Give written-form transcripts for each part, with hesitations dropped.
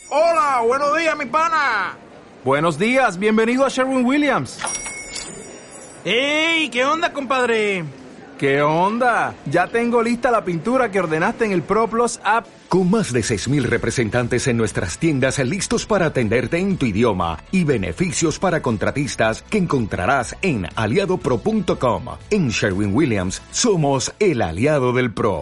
Hola, buenos días, mi pana. Buenos días, bienvenido a Sherwin-Williams. ¡Ey! ¿Qué onda, compadre? ¿Qué onda? Ya tengo lista la pintura que ordenaste en el ProPlus app. Con más de 6,000 representantes en nuestras tiendas listos para atenderte en tu idioma y beneficios para contratistas que encontrarás en aliadopro.com. En Sherwin-Williams somos el aliado del pro.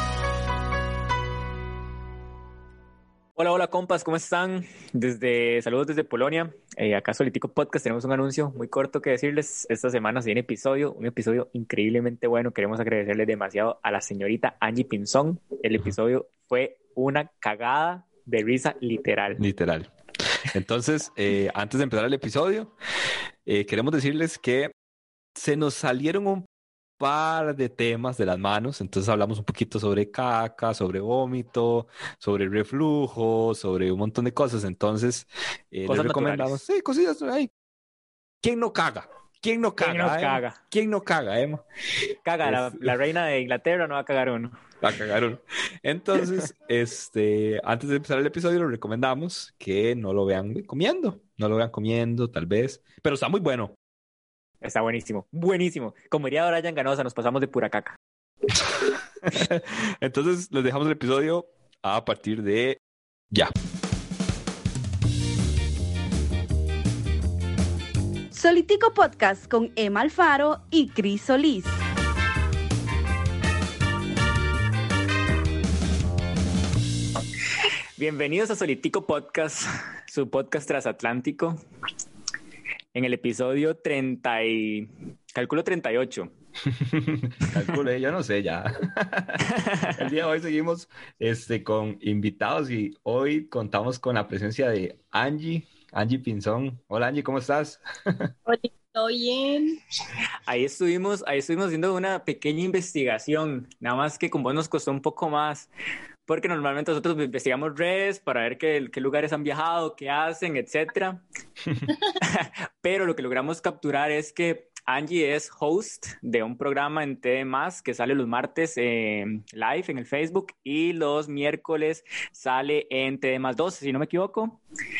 Hola compas, ¿cómo están? Saludos desde Polonia. Acá Solitico Podcast tenemos un anuncio muy corto que decirles. Esta semana se viene un episodio increíblemente bueno. Queremos agradecerle demasiado a la señorita Angie Pinzón. El episodio fue una cagada de risa literal. Literal. Entonces, antes de empezar el episodio, queremos decirles que se nos salieron un par de temas de las manos. Entonces hablamos un poquito sobre caca, sobre vómito, sobre reflujo, sobre un montón de cosas. Entonces, les recomendamos, sí, cosillas ahí. ¿Quién no caga? ¿Quién no caga? ¿Quién no caga? ¿Quién no caga, Emma? Caga, la reina de Inglaterra no va a cagar uno. Va a cagar uno. Entonces, antes de empezar el episodio, les recomendamos que no lo vean comiendo. No lo vean comiendo, tal vez. Pero está muy bueno. Está buenísimo, buenísimo. Como diría Brian Ganosa, nos pasamos de pura caca. Entonces, les dejamos el episodio a partir de ya. Solitico Podcast con Emma Alfaro y Cris Solís. Bienvenidos a Solitico Podcast, su podcast transatlántico. En el episodio 38. Calculé, yo no sé ya. El día de hoy seguimos con invitados y hoy contamos con la presencia de Angie Pinzón. Hola Angie, ¿cómo estás? Hola, ¿todo bien? Ahí estuvimos haciendo una pequeña investigación, nada más que con vos nos costó un poco más, porque normalmente nosotros investigamos redes para ver qué lugares han viajado, qué hacen, etcétera. Pero lo que logramos capturar es que Angie es host de un programa en TD+, que sale los martes live en el Facebook y los miércoles sale en TD+2, si no me equivoco.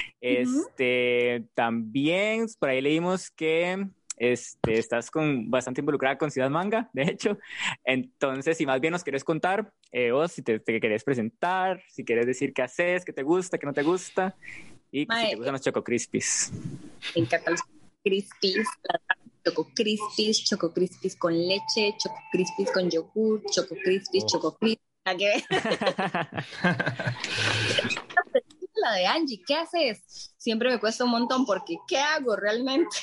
También por ahí leímos que estás bastante involucrada con Ciudad Manga, de hecho. Entonces, si más bien nos querés contar, vos, si te querés presentar, si querés decir qué haces, qué te gusta, qué no te gusta, y si te gustan los Choco Crispies. Me encantan los Crispies, Choco Crispies con leche, Choco Crispies con yogur, Choco Crispies, Choco Crispies. ¿A qué? La de Angie, ¿qué haces? Siempre me cuesta un montón porque ¿qué hago realmente?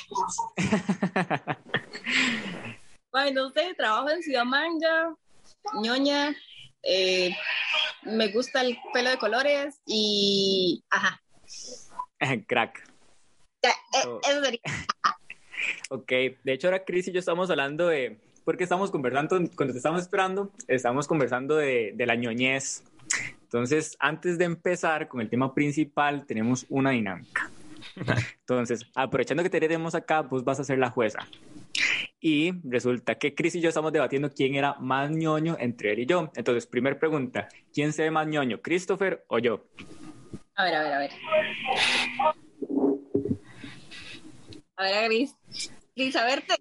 Bueno, no sé, trabajo en Ciudad Manga, ñoña, me gusta el pelo de colores y ajá. Crack. Eso sería. Ok, de hecho ahora Cris y yo estamos hablando porque estamos conversando, cuando te estamos esperando, estamos conversando de la ñoñez. Entonces, antes de empezar con el tema principal, tenemos una dinámica. Entonces, aprovechando que te tenemos acá, vos vas a ser la jueza. Y resulta que Cris y yo estamos debatiendo quién era más ñoño entre él y yo. Entonces, primera pregunta, ¿quién se ve más ñoño, Christopher o yo? A ver. A ver, Cris, a verte.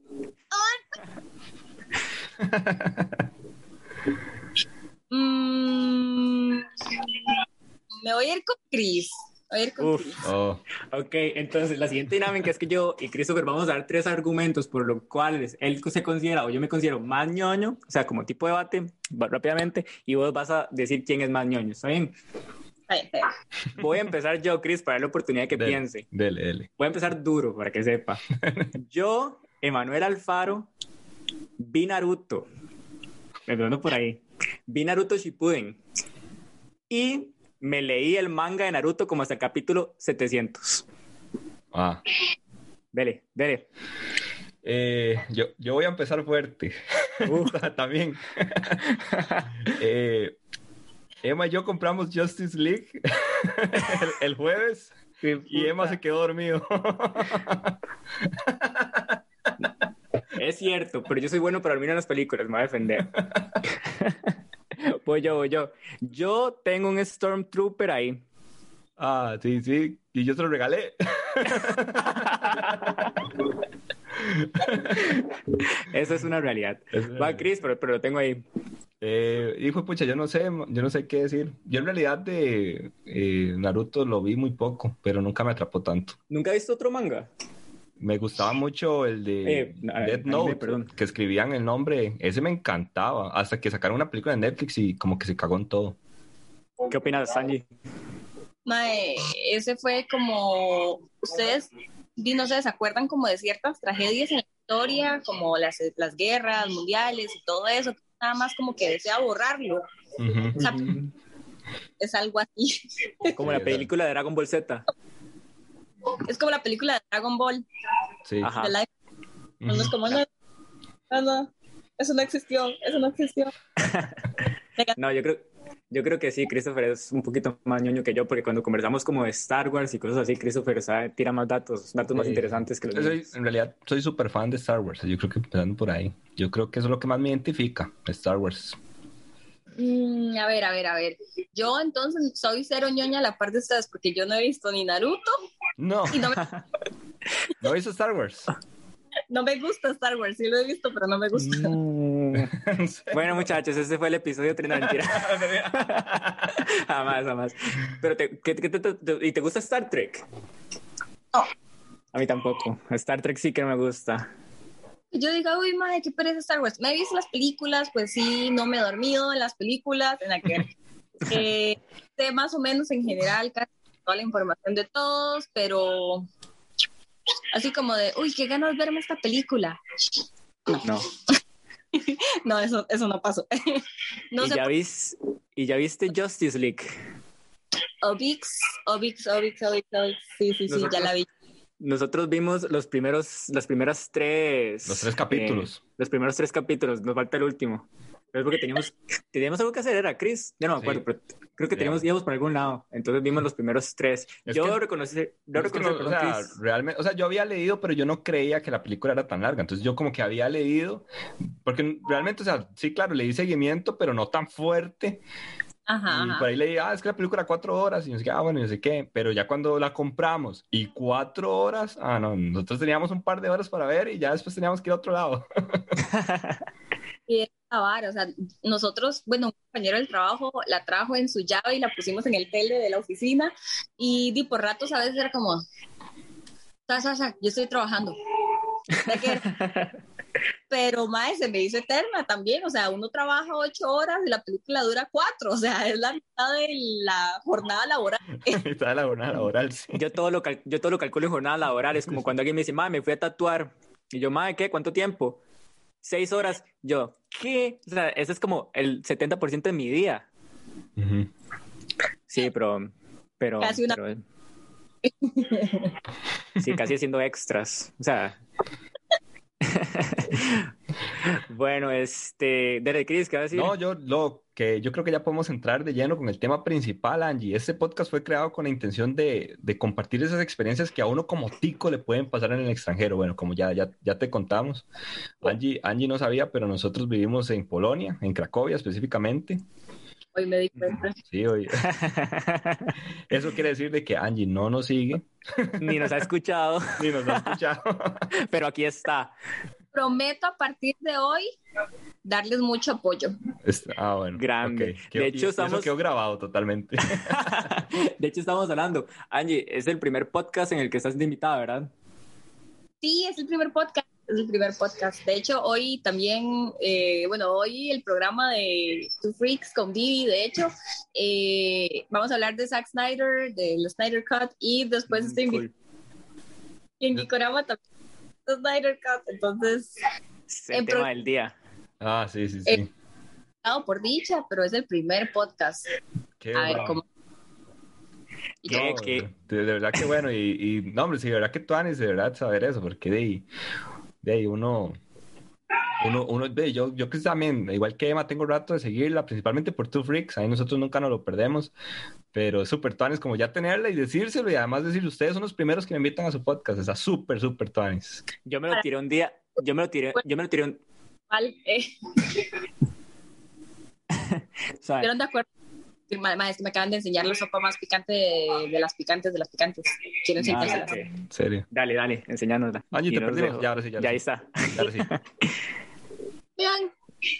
Me voy a ir con Cris. Ok, entonces la siguiente dinámica es que yo y Christopher vamos a dar 3 argumentos por los cuales él se considera o yo me considero más ñoño, o sea, como tipo de debate, rápidamente, y vos vas a decir quién es más ñoño, ¿está bien? Voy a empezar yo, Cris, para darle la oportunidad de que piense. Dele. Voy a empezar duro para que sepa. Yo, Emanuel Alfaro, vi Naruto. Empezando por ahí. Vi Naruto Shippuden. Y me leí el manga de Naruto como hasta el capítulo 700. Dele. Yo voy a empezar fuerte. También. Emma y yo compramos Justice League el jueves y Emma se quedó dormido. Es cierto, pero yo soy bueno para dormir en las películas, me voy a defender. Voy yo. Yo tengo un Stormtrooper ahí. Ah, sí, sí. Y yo se lo regalé. Eso es una realidad. Va, Chris, pero lo tengo ahí. Hijo, pucha, yo no sé qué decir. Yo en realidad de Naruto lo vi muy poco, pero nunca me atrapó tanto. ¿Nunca has visto otro manga? Me gustaba mucho el de Death Note, perdón. que escribían el nombre. Ese me encantaba, hasta que sacaron una película de Netflix y como que se cagó en todo. ¿Qué opinas, Sanji? Mae, ese fue como, ustedes, no sé, ¿se acuerdan como de ciertas tragedias en la historia, como las guerras mundiales y todo eso? Nada más como que desea borrarlo. Uh-huh. O sea, es algo así. Como la película de Dragon Ball Z. Es como la película de Dragon Ball. Sí. Ajá. No es como, no, eso no existió. No, yo creo que sí, Christopher es un poquito más ñoño que yo, porque cuando conversamos como de Star Wars y cosas así, Christopher tira más datos más interesantes que los míos. En realidad soy súper fan de Star Wars, yo creo que empezando por ahí. Yo creo que eso es lo que más me identifica, Star Wars. A ver. Yo entonces soy cero ñoña a la par de ustedes, porque yo no he visto ni Naruto. No. Y ¿No hizo Star Wars? no me gusta Star Wars, sí lo he visto, pero no me gusta. Bueno, muchachos, ese fue el episodio 3, no, mentira. Jamás. Pero ¿y te gusta Star Trek? No. A mí tampoco. Star Trek sí que no me gusta. Yo digo, uy, madre, qué pereza Star Wars. Me he visto las películas, pues sí, no me he dormido en las películas, en la que sé más o menos en general casi toda la información de todos, pero así como de, uy, qué ganas de verme esta película. No. No, eso no pasó. No sé. ¿Y ya viste Justice League? Obix, sí, ya la vi. Nosotros vimos las primeras tres... Los 3 capítulos. Los primeros 3 capítulos, nos falta el último. Pero es porque teníamos algo que hacer, ¿era, Chris? Ya no me acuerdo, pero creo que íbamos por algún lado. Entonces vimos los primeros 3. Realmente, o sea, yo había leído, pero yo no creía que la película era tan larga. Entonces yo como que había leído, porque realmente, o sea, sí, claro, le di seguimiento, pero no tan fuerte. Y por ahí leí, es que la película 4 horas, y no sé qué, bueno, y no sé qué, pero ya cuando la compramos y 4 horas, no, nosotros teníamos un par de horas para ver y ya después teníamos que ir a otro lado. Y acabar, o sea, nosotros, bueno, un compañero del trabajo la trajo en su llave y la pusimos en el tele de la oficina y por ratos a veces era como, yo estoy trabajando. Pero mae, se me hizo eterna también, o sea, uno trabaja 8 horas y la película dura 4, o sea, es la mitad de la jornada laboral. La mitad de la jornada laboral, sí. Yo todo lo calculo en jornada laboral, es como cuando alguien me dice, mae, me fui a tatuar, y yo, mae, ¿qué? ¿Cuánto tiempo? 6 horas. Yo, ¿qué? O sea, ese es como el 70% de mi día. Uh-huh. Sí, pero casi una... sí, casi haciendo extras, o sea... Bueno, Derek, Chris, ¿qué vas a decir? No, yo creo que ya podemos entrar de lleno con el tema principal, Angie. Este podcast fue creado con la intención de compartir esas experiencias que a uno como tico le pueden pasar en el extranjero. Bueno, como ya te contamos, Angie no sabía, pero nosotros vivimos en Polonia, en Cracovia específicamente. Hoy me di cuenta. Sí, hoy. Eso quiere decir de que Angie no nos sigue. Ni nos ha escuchado. Pero aquí está. Prometo a partir de hoy darles mucho apoyo. Bueno. Grande. Okay. De hecho, eso quedó grabado totalmente. De hecho, estamos hablando. Angie, es el primer podcast en el que estás invitada, ¿verdad? Sí, es el primer podcast. De hecho, hoy también, hoy el programa de Two Freaks con Vivi, de hecho, vamos a hablar de Zack Snyder, de los Snyder Cut, y después estoy cool. En Gikorama también, de Snyder Cut, entonces... El tema del día. Sí. Por dicha, pero es el primer podcast. Qué a ver cómo... De verdad que bueno, y no, hombre, sí, de verdad que tú, Anis, de verdad saber eso, porque de ahí uno yo que también, igual que Emma, tengo rato de seguirla, principalmente por Two Freaks, ahí nosotros nunca nos lo perdemos, pero es súper tuanis como ya tenerla y decírselo, y además decir, ustedes son los primeros que me invitan a su podcast, está súper tuanis. Yo me lo tiré un día, ¿Estuvieron de acuerdo? Es que me acaban de enseñar la sopa más picante de las picantes. Quiero enseñársela. Ok. ¿En serio? Dale, enseñánosla. Angie, Y te nos perdimos. dejo. Ya, ahora sí, Ya ahí está. Ya, ahora sí. Vean,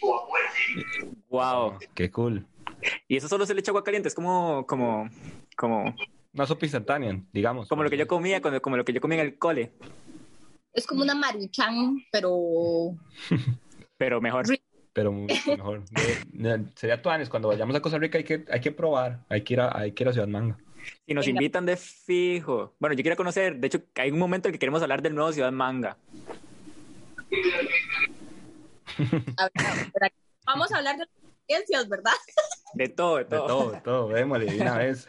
Wow. Qué cool. Y eso solo se le echa agua caliente, es como Una sopa instantánea, digamos. lo que yo comía, como lo que yo comía en el cole, es como una maruchan, pero pero mejor. Pero mucho mejor. Sería tuanes. Cuando vayamos a Costa Rica hay que probar. Hay que ir a Ciudad Manga. Si nos Venga. invitan de fijo. Bueno, yo quiero conocer, de hecho, hay un momento en que queremos hablar del nuevo Ciudad Manga. vamos a hablar de experiencias, ¿verdad? De todo, de De todo. todo. Démosle de una vez.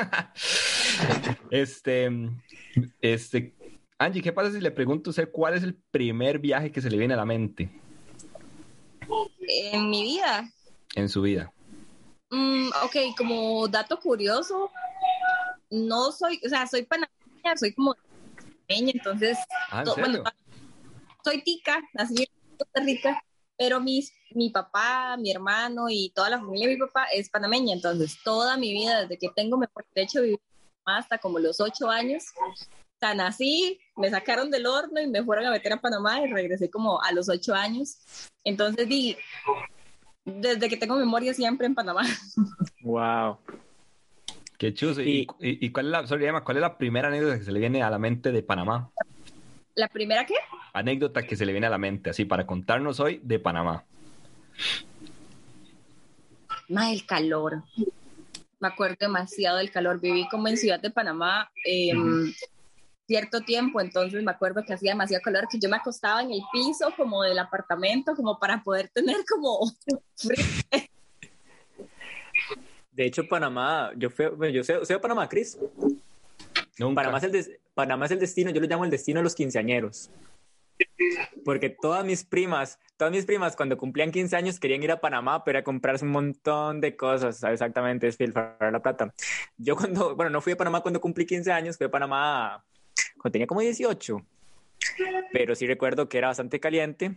Angie, ¿qué pasa si le pregunto a usted cuál es el primer viaje que se le viene a la mente En mi vida. en su vida? Ok, como dato curioso, no soy, o sea, soy panameña, soy como panameña, entonces, ¿En serio? soy tica, nací en Costa Rica, pero mi papá, mi hermano y toda la familia de mi papá es panameña, entonces toda mi vida, desde que tengo memoria, de hecho viví hasta como los 8 años, o sea, nací, me sacaron del horno y me fueron a meter a Panamá y regresé como a los 8 años, entonces desde que tengo memoria siempre en Panamá. Wow. Qué chuzo. ¿Y cuál es la primera anécdota que se le viene a la mente de Panamá? ¿La primera qué? Anécdota que se le viene a la mente, así, para contarnos hoy de Panamá. El calor. Me acuerdo demasiado del calor. Viví como en Ciudad de Panamá cierto tiempo, entonces me acuerdo que hacía demasiado calor, que yo me acostaba en el piso como del apartamento, como para poder tener como frío. De hecho, Panamá, soy de Panamá, Cris. Nunca. Panamá es el destino, yo lo llamo el destino de los quinceañeros. Porque todas mis primas cuando cumplían 15 años querían ir a Panamá, pero a comprarse un montón de cosas, exactamente, despilfarrar la plata. Yo no fui a Panamá cuando cumplí 15 años, fui a Panamá cuando tenía como 18, pero sí recuerdo que era bastante caliente,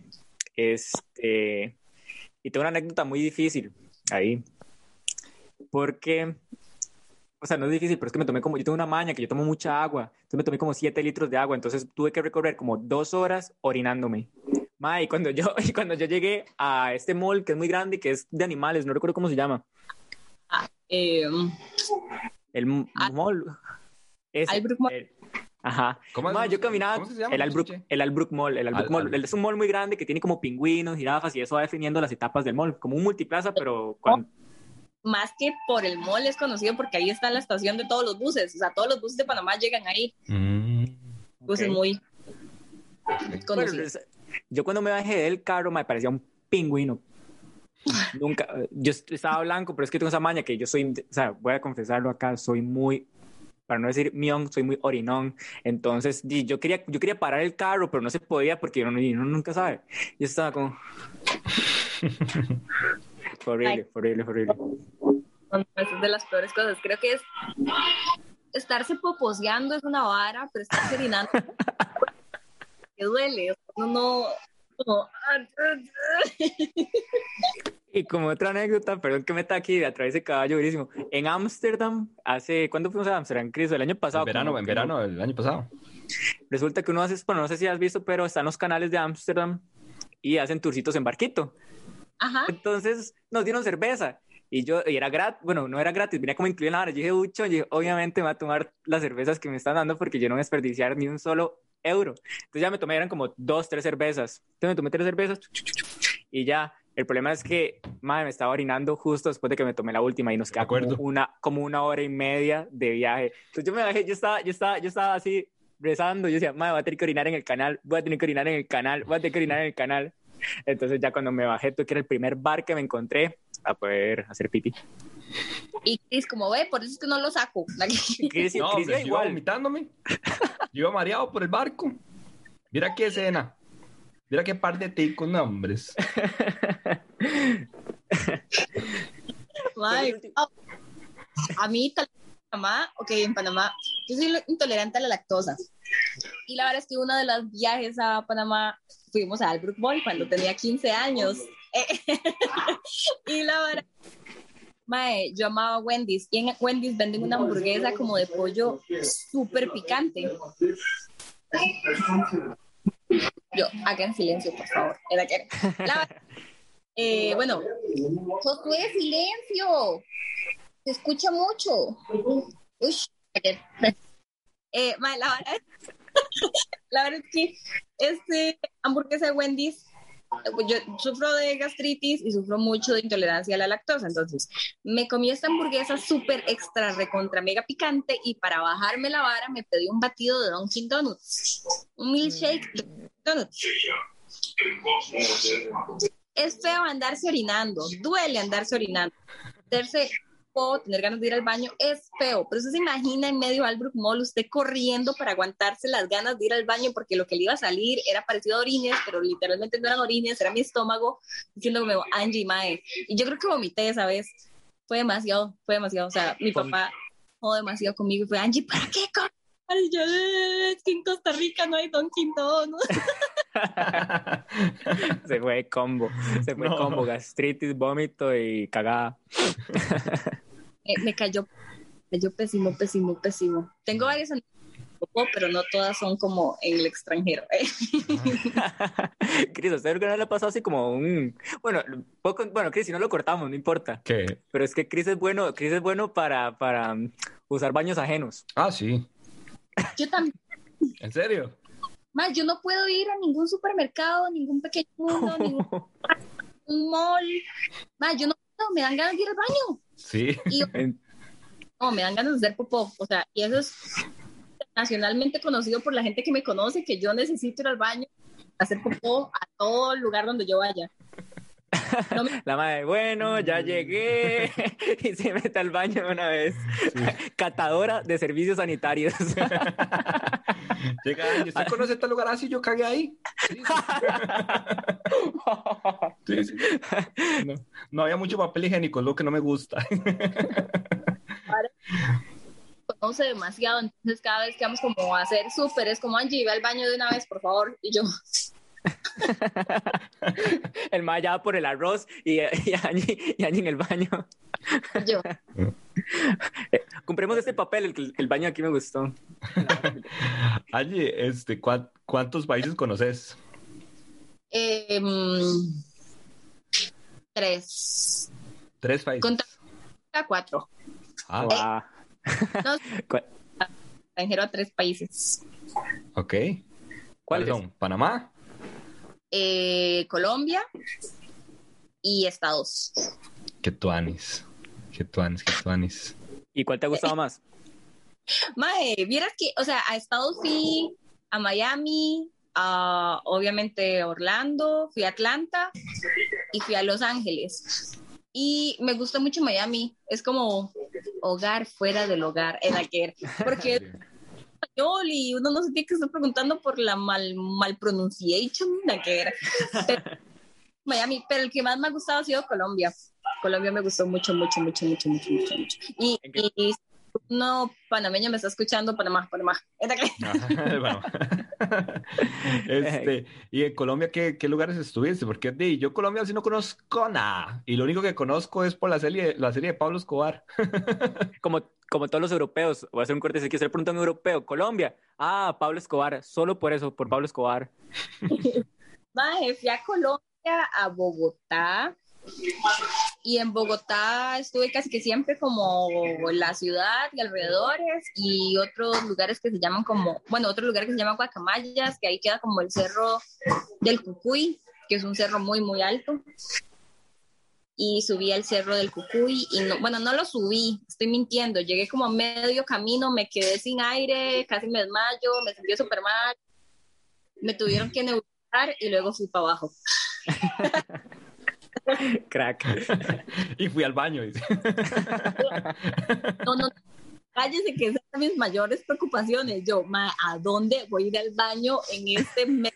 y tengo una anécdota muy difícil ahí, porque... O sea, no es difícil, pero es que yo tengo una maña que yo tomo mucha agua, entonces me tomé como 7 litros de agua, entonces tuve que recorrer como 2 horas orinándome. Y cuando yo llegué a este mall que es muy grande, que es de animales, no recuerdo cómo se llama. El mall. Albrook Mall. Ajá. Yo caminaba. ¿Cómo se llama? El Albrook Mall. Es un mall muy grande que tiene como pingüinos, jirafas, y eso va definiendo las etapas del mall, como un multiplaza, pero Más que por el mall es conocido porque ahí está la estación de todos los buses, o sea, todos los buses de Panamá llegan ahí. Buses muy conocidos. Bueno, yo cuando me bajé del carro me parecía un pingüino. Nunca, yo estaba blanco, pero es que tengo esa maña que yo soy, o sea, voy a confesarlo acá, soy muy, para no decir mión, soy muy orinón. Entonces yo quería parar el carro, pero no se podía porque uno nunca sabe. Yo estaba como... Horrible. Esa es de las peores cosas. Creo que es estarse poposeando es una vara, pero estarse orinando que duele. O sea, no. Y como otra anécdota, perdón que meta aquí, a través de caballo durísimo. En Ámsterdam, ¿cuándo fuimos a Ámsterdam, Cris? El año pasado. En verano del año pasado. Resulta que uno hace, bueno, no sé si has visto, pero están los canales de Ámsterdam y hacen turcitos en barquito. Ajá. Entonces nos dieron cerveza y era gratis, bueno, no era gratis, venía como incluida en la hora. Yo dije, obviamente me voy a tomar las cervezas que me están dando porque yo no voy a desperdiciar ni un solo euro. Entonces ya me tomé, eran como 2, 3 cervezas. Entonces me tomé 3 cervezas y ya. El problema es que, me estaba orinando justo después de que me tomé la última y nos queda como una hora y media de viaje. Entonces yo me bajé, yo estaba así rezando. Yo decía, voy a tener que orinar en el canal, voy a tener que orinar en el canal. Entonces ya cuando me bajé, tuve que era el primer bar que me encontré a poder hacer pipí. Y Cris, como ve, por eso es que no lo saco. Cris yo igual. Iba vomitándome. Yo iba mareado por el barco. Mira qué escena. Mira qué par de ticos, nombres. A mí, en Panamá, yo soy intolerante a la lactosa. Y la verdad es que uno de los viajes a Panamá fuimos a Albrook Mall cuando tenía 15 años. Y la verdad, Mae, yo amaba Wendy's. Y en Wendy's venden una hamburguesa como de pollo súper picante. Yo, hagan silencio, por favor. Era que... bueno, Josué, silencio. Se escucha mucho. Uy, mae, la verdad es que hamburguesa de Wendy's, yo sufro de gastritis y sufro mucho de intolerancia a la lactosa, entonces me comí esta hamburguesa súper extra recontra mega picante y para bajarme la vara me pedí un batido de Dunkin' Donuts, un milkshake de Donuts. Es feo andarse orinando, duele andarse orinando, tener ganas de ir al baño es feo, pero usted se imagina en medio Albrook Mall usted corriendo para aguantarse las ganas de ir al baño porque lo que le iba a salir era parecido a orines, pero literalmente no eran orines, era mi estómago diciéndome Angie, mae, y yo creo que vomité esa vez, fue demasiado, o sea, mi papá jugó demasiado conmigo y fue, Angie, ¿para qué comes? Y yo, es que en Costa Rica no hay Dunkin' Donuts. Se fue combo, gastritis, vómito y cagada. Me cayó pésimo. Tengo varias anécdotas, pero no todas son como en el extranjero. Cris, ¿a usted alguna vez le pasó así como un... Bueno, Cris, si no lo cortamos, no importa. ¿Qué? Pero es que Cris es bueno para usar baños ajenos. Ah, sí. Yo también. ¿En serio? Más, yo no puedo ir a ningún supermercado, ningún pequeño mundo, ningún mall. Más, yo no puedo, me dan ganas de ir al baño. Sí. Y no, me dan ganas de hacer popó. O sea, y eso es nacionalmente conocido por la gente que me conoce, que yo necesito ir al baño, hacer popó a todo lugar donde yo vaya. No me... La madre, bueno, ya llegué y se mete al baño de una vez. Sí. Catadora de servicios sanitarios. Llega Angie, ¿usted conoce este lugar así? Yo cagué ahí. Sí. Sí. No había mucho papel higiénico, es lo que no me gusta. Conoce demasiado, entonces cada vez que vamos como a hacer súper, es como Angie, ve al baño de una vez, por favor, y yo... El ma ya por el arroz y Angie en el baño. Yo. Compremos este papel, el baño aquí me gustó. Angie, ¿cuántos países conoces? 3. 3 países. Contra 4. Ah, no, extranjero a 3 países. Ok. ¿Cuáles son? ¿Panamá? Colombia y Estados. Qué tuanis. ¿Y cuál te ha gustado más? Mae, vieras que, o sea, a Estados fui, a Miami, obviamente Orlando, fui a Atlanta y fui a Los Ángeles. Y me gusta mucho Miami, es como hogar fuera del hogar, en aquel, porque español y uno no se tiene que estar preguntando por la mal pronunciation de que era. Miami, pero el que más me ha gustado ha sido Colombia. Colombia me gustó mucho. Y no panameño me está escuchando, Panamá. Bueno. Y en Colombia, ¿qué lugares estuviste? Porque yo Colombia sí no conozco nada. Y lo único que conozco es por la serie de Pablo Escobar. Como todos los europeos. Voy a hacer un corte, si quiero preguntar a un europeo. Colombia. Ah, Pablo Escobar. Solo por eso, por Pablo Escobar. Fui a Colombia, a Bogotá. Y en Bogotá estuve casi que siempre como la ciudad y alrededores y otros lugares que se llaman Guacamayas, que ahí queda como el cerro del Cucuy, que es un cerro muy muy alto. Y subí al cerro del Cucuy y no lo subí, estoy mintiendo, llegué como a medio camino, me quedé sin aire, casi me desmayo, me sentí súper mal, me tuvieron que nebulizar y luego fui para abajo. Crack. Y fui al baño. No, cállese que esas son mis mayores preocupaciones. Yo, ¿a dónde voy a ir al baño en este mes?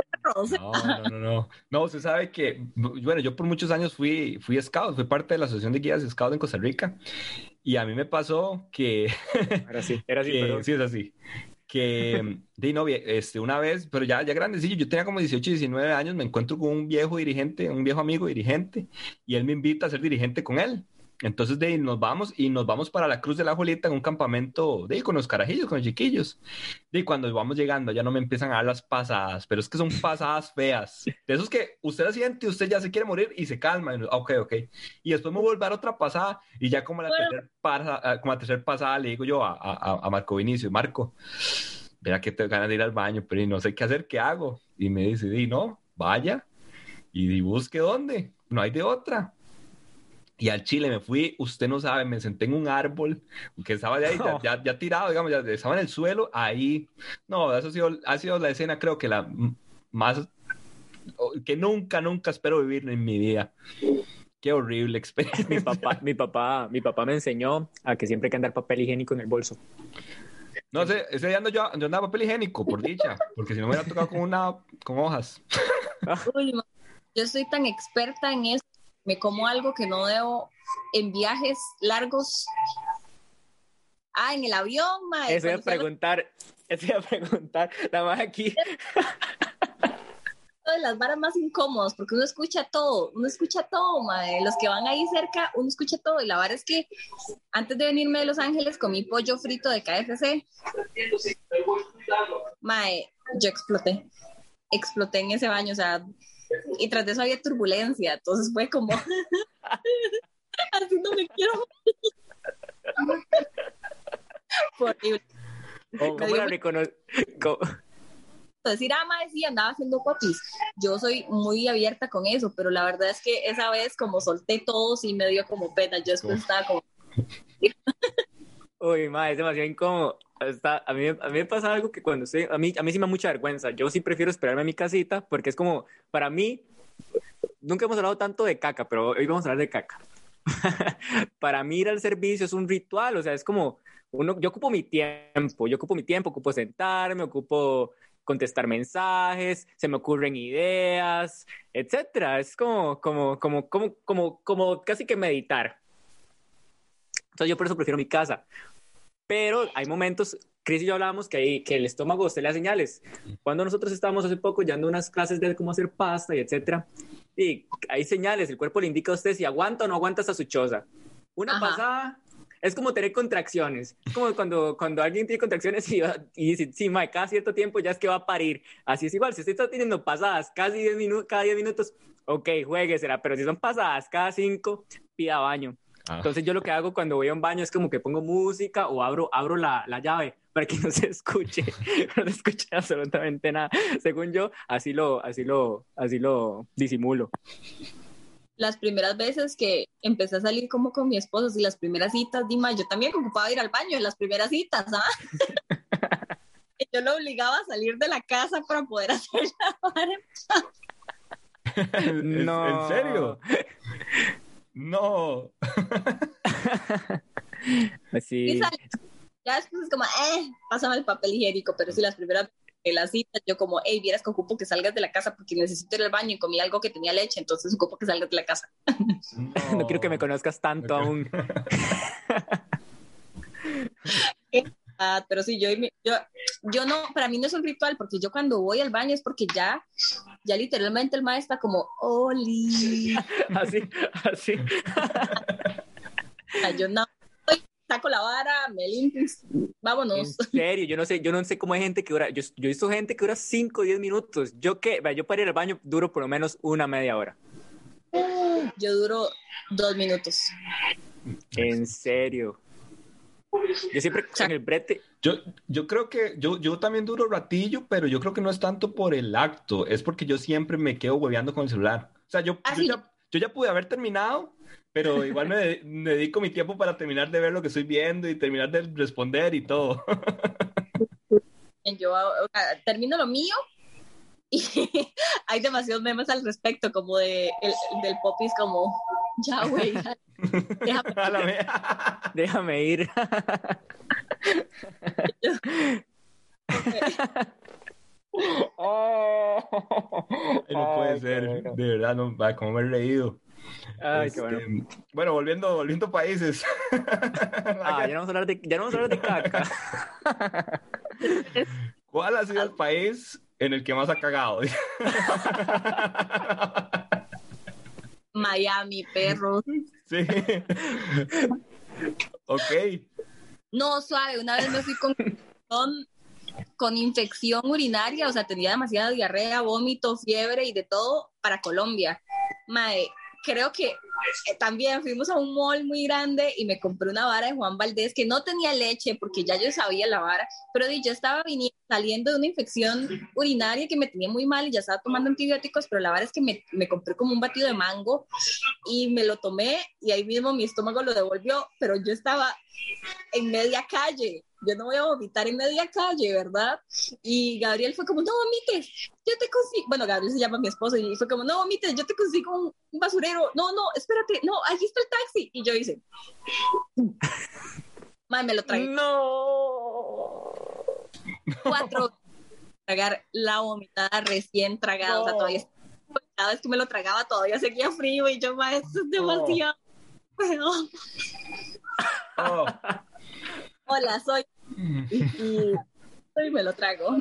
No, usted sabe que, bueno, yo por muchos años fui scout, fui parte de la Asociación de Guías Scout en Costa Rica, y a mí me pasó que... Era así, perdón. Sí, es así. Que de novia, una vez, pero ya grandecillo, yo tenía como 18, 19 años, me encuentro con un viejo amigo dirigente, y él me invita a ser dirigente con él. Entonces de ahí nos vamos para la Cruz de la Julieta en un campamento de ahí, con los carajillos, con los chiquillos. Y cuando vamos llegando ya no me empiezan a dar las pasadas, pero es que son pasadas feas. De esos que usted siente y usted ya se quiere morir y se calma. Y, ok. Y después me vuelve a dar otra pasada y ya como la tercera pasada le digo yo a Marco Vinicio, Marco, vea que tengo ganas de ir al baño, pero no sé qué hacer, ¿qué hago? Y me dice, no, vaya y busque dónde, no hay de otra. Y al Chile me fui, usted no sabe, me senté en un árbol que estaba de ahí, ya tirado, digamos, ya estaba en el suelo, ahí. No, eso ha sido la escena, creo que la más, que nunca espero vivir en mi vida. Qué horrible experiencia. Mi papá me enseñó a que siempre hay que andar papel higiénico en el bolso. No sé, ese día yo andaba papel higiénico, por dicha, porque si no me hubiera tocado con hojas. Uy, yo soy tan experta en eso. Me como algo que no debo en viajes largos. En el avión, mae. Eso iba a preguntar. Nada más aquí. De las varas más incómodas, porque uno escucha todo, mae. Los que van ahí cerca, uno escucha todo. Y la verdad es que antes de venirme de Los Ángeles comí pollo frito de KFC. Mae, yo exploté en ese baño, o sea, y tras de eso había turbulencia, entonces fue como así no me quiero morir. Fue horrible. ¿Cómo la reconocí? Decir, mae, sí, andaba haciendo popis. Yo soy muy abierta con eso, pero la verdad es que esa vez como solté todo, sí me dio como pena. Yo después estaba como... Uy, mae, es demasiado incómodo. A mí me pasa algo que cuando estoy... A mí sí me da mucha vergüenza. Yo sí prefiero esperarme a mi casita porque es como... Para mí... Nunca hemos hablado tanto de caca, pero hoy vamos a hablar de caca. Para mí ir al servicio es un ritual. O sea, es como... Yo ocupo mi tiempo. Ocupo sentarme, ocupo contestar mensajes, se me ocurren ideas, etcétera. Es como casi que meditar. Entonces yo por eso prefiero mi casa. Pero hay momentos, Chris y yo hablábamos que el estómago usted le da señales. Cuando nosotros estábamos hace poco llevando unas clases de cómo hacer pasta y etcétera, y hay señales, el cuerpo le indica a usted si aguanta o no aguanta esa su choza. Una pasada es como tener contracciones. Es como cuando alguien tiene contracciones y dice, sí, mae, cada cierto tiempo ya es que va a parir. Así es igual, si usted está teniendo pasadas cada 10 minutos, ok, juéguesela, pero si son pasadas cada 5, pida baño. Entonces yo lo que hago cuando voy a un baño es como que pongo música o abro la llave para que no se escuche, no se escuche absolutamente nada. Según yo, así lo disimulo. Las primeras veces que empecé a salir como con mi esposo, y las primeras citas, Dima, yo también ocupaba ir al baño en las primeras citas, Yo lo obligaba a salir de la casa para poder hacer la vara en paz. No. ¿En serio? No. Sí. Ya después es como, pásame el papel higiénico, pero si las primeras de las citas, yo como, vieras que ocupo que salgas de la casa porque necesito ir al baño y comí algo que tenía leche, entonces ocupo que salgas de la casa. No quiero que me conozcas tanto aún. Pero sí, yo no, para mí no es un ritual, porque yo cuando voy al baño es porque ya literalmente el maestro está como, ¡Oli! Así. Yo no, saco la vara, me limpio, vámonos. En serio, yo no sé cómo hay gente que dura, yo he visto gente que dura 5 o 10 minutos. Yo para ir al baño duro por lo menos una media hora. Yo duro 2 minutos. En serio. Yo siempre en el brete. Yo creo que yo también duro ratillo, pero yo creo que no es tanto por el acto, es porque yo siempre me quedo hueveando con el celular. O sea, yo ya pude haber terminado, pero igual me dedico mi tiempo para terminar de ver lo que estoy viendo y terminar de responder y todo. Yo termino lo mío y hay demasiados memes al respecto, como del popis, como, ya, güey, déjame ir. No puede ser, bueno. De verdad, no, como me he reído. Ay, qué bueno. Bueno, volviendo a países. Ya no vamos a hablar de caca. ¿Cuál ha sido el país en el que más ha cagado? Miami, perros. Sí. Ok. No, suave, una vez me fui con infección urinaria, o sea, tenía demasiada diarrea, vómito, fiebre y de todo para Colombia. Mae, creo que también fuimos a un mall muy grande y me compré una vara de Juan Valdés que no tenía leche porque ya yo sabía la vara, pero yo estaba saliendo de una infección urinaria que me tenía muy mal y ya estaba tomando antibióticos, pero la vara es que me compré como un batido de mango y me lo tomé y ahí mismo mi estómago lo devolvió, pero yo estaba en media calle. Yo no voy a vomitar en media calle, ¿verdad? Y Gabriel fue como, no vomites, yo te consigo, bueno, Gabriel se llama mi esposo, y fue como, no vomites, yo te consigo un basurero, no, espérate, no, allí está el taxi. Y yo hice, madre, me lo tragué. No. 4 tragar la vomitada recién tragada, no. O sea, todavía cada vez que me lo tragaba todavía seguía frío y yo, madre, esto es demasiado feo. Oh. Hola, soy y me lo trago.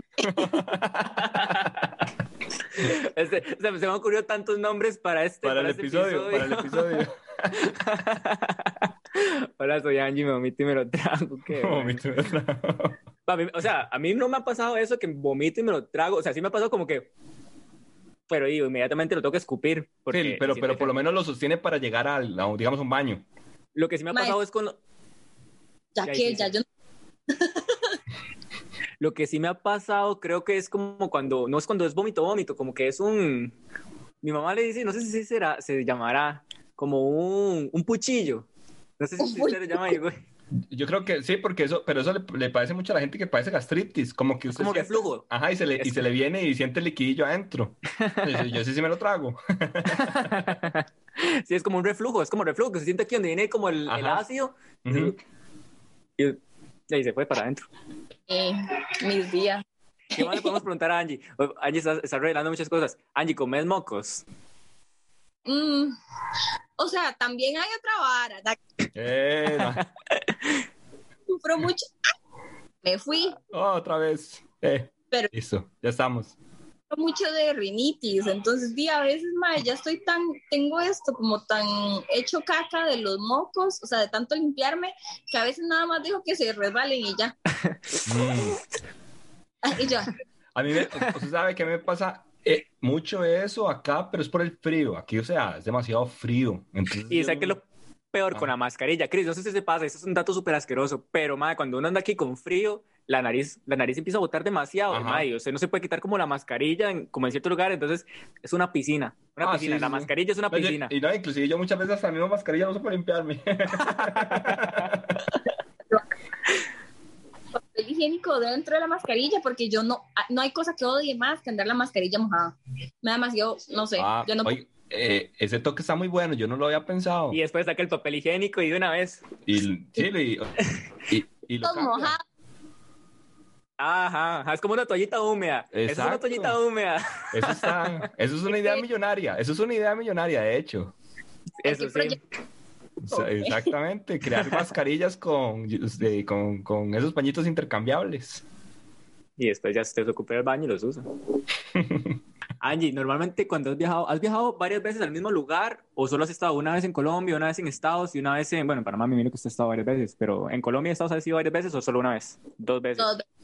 Se me ocurrió tantos nombres para el episodio. Hola, soy Angie, me vomito y me lo trago. O sea, a mí no me ha pasado eso que vomito y me lo trago. O sea, sí me ha pasado como que... Pero digo, inmediatamente lo tengo que escupir. Sí, pero por lo menos lo sostiene para llegar digamos, un baño. Lo que sí me ha pasado es con... Lo que sí me ha pasado, creo que es como cuando es vómito, como que es un... Mi mamá le dice, no sé si se llamará como un puchillo. No sé si se le llama igual. Yo creo que sí, porque eso le parece mucho a la gente que padece gastritis, como que usted como reflujo. Ajá, y se le viene y siente el liquidillo adentro. Yo sí me lo trago. Sí, es como un reflujo, que se siente aquí donde viene como el ácido. Uh-huh. Y ahí se fue para adentro. Mis días. ¿Qué más le podemos preguntar a Angie? Angie está revelando muchas cosas. Angie, ¿comes mocos? O sea, también hay otra vara. Sufro mucho. Me fui. Otra vez. Pero listo, ya estamos. Mucho de rinitis, entonces a veces, madre, ya tengo esto como tan hecho caca de los mocos, o sea, de tanto limpiarme, que a veces nada más dejo que se resbalen y ya. Y ya. A mí, usted sabe que me pasa mucho eso acá, pero es por el frío. Aquí, o sea, es demasiado frío. Entonces, y sé que lo peor con la mascarilla, Cris, no sé si se pasa, eso es un dato súper asqueroso, pero madre, cuando uno anda aquí con frío, la nariz empieza a botar demasiado, madre, usted no se puede quitar como la mascarilla como en cierto lugar, entonces es una piscina, sí, la mascarilla es una piscina. Inclusive yo muchas veces hasta la misma mascarilla no uso para limpiarme. Papel higiénico dentro de la mascarilla, porque yo no hay cosa que odie más que andar la mascarilla mojada. Me da demasiado, no sé, yo no... Ese toque está muy bueno, yo no lo había pensado. Y después saca el papel higiénico y de una vez. Y lo mojado. Ajá, es como una toallita húmeda. Exacto. Es una toallita húmeda. Eso es una idea millonaria. Eso es una idea millonaria, de hecho. Eso sí. Exactamente, crear mascarillas con esos pañitos intercambiables. Y después ya usted se ocupa del baño y los usa. Angie, normalmente cuando ¿has viajado varias veces al mismo lugar o solo has estado una vez en Colombia, una vez en Estados y una vez en Panamá? Me imagino que usted ha estado varias veces, pero ¿en Colombia y Estados has ido varias veces o solo una vez? 2 veces. 2 veces.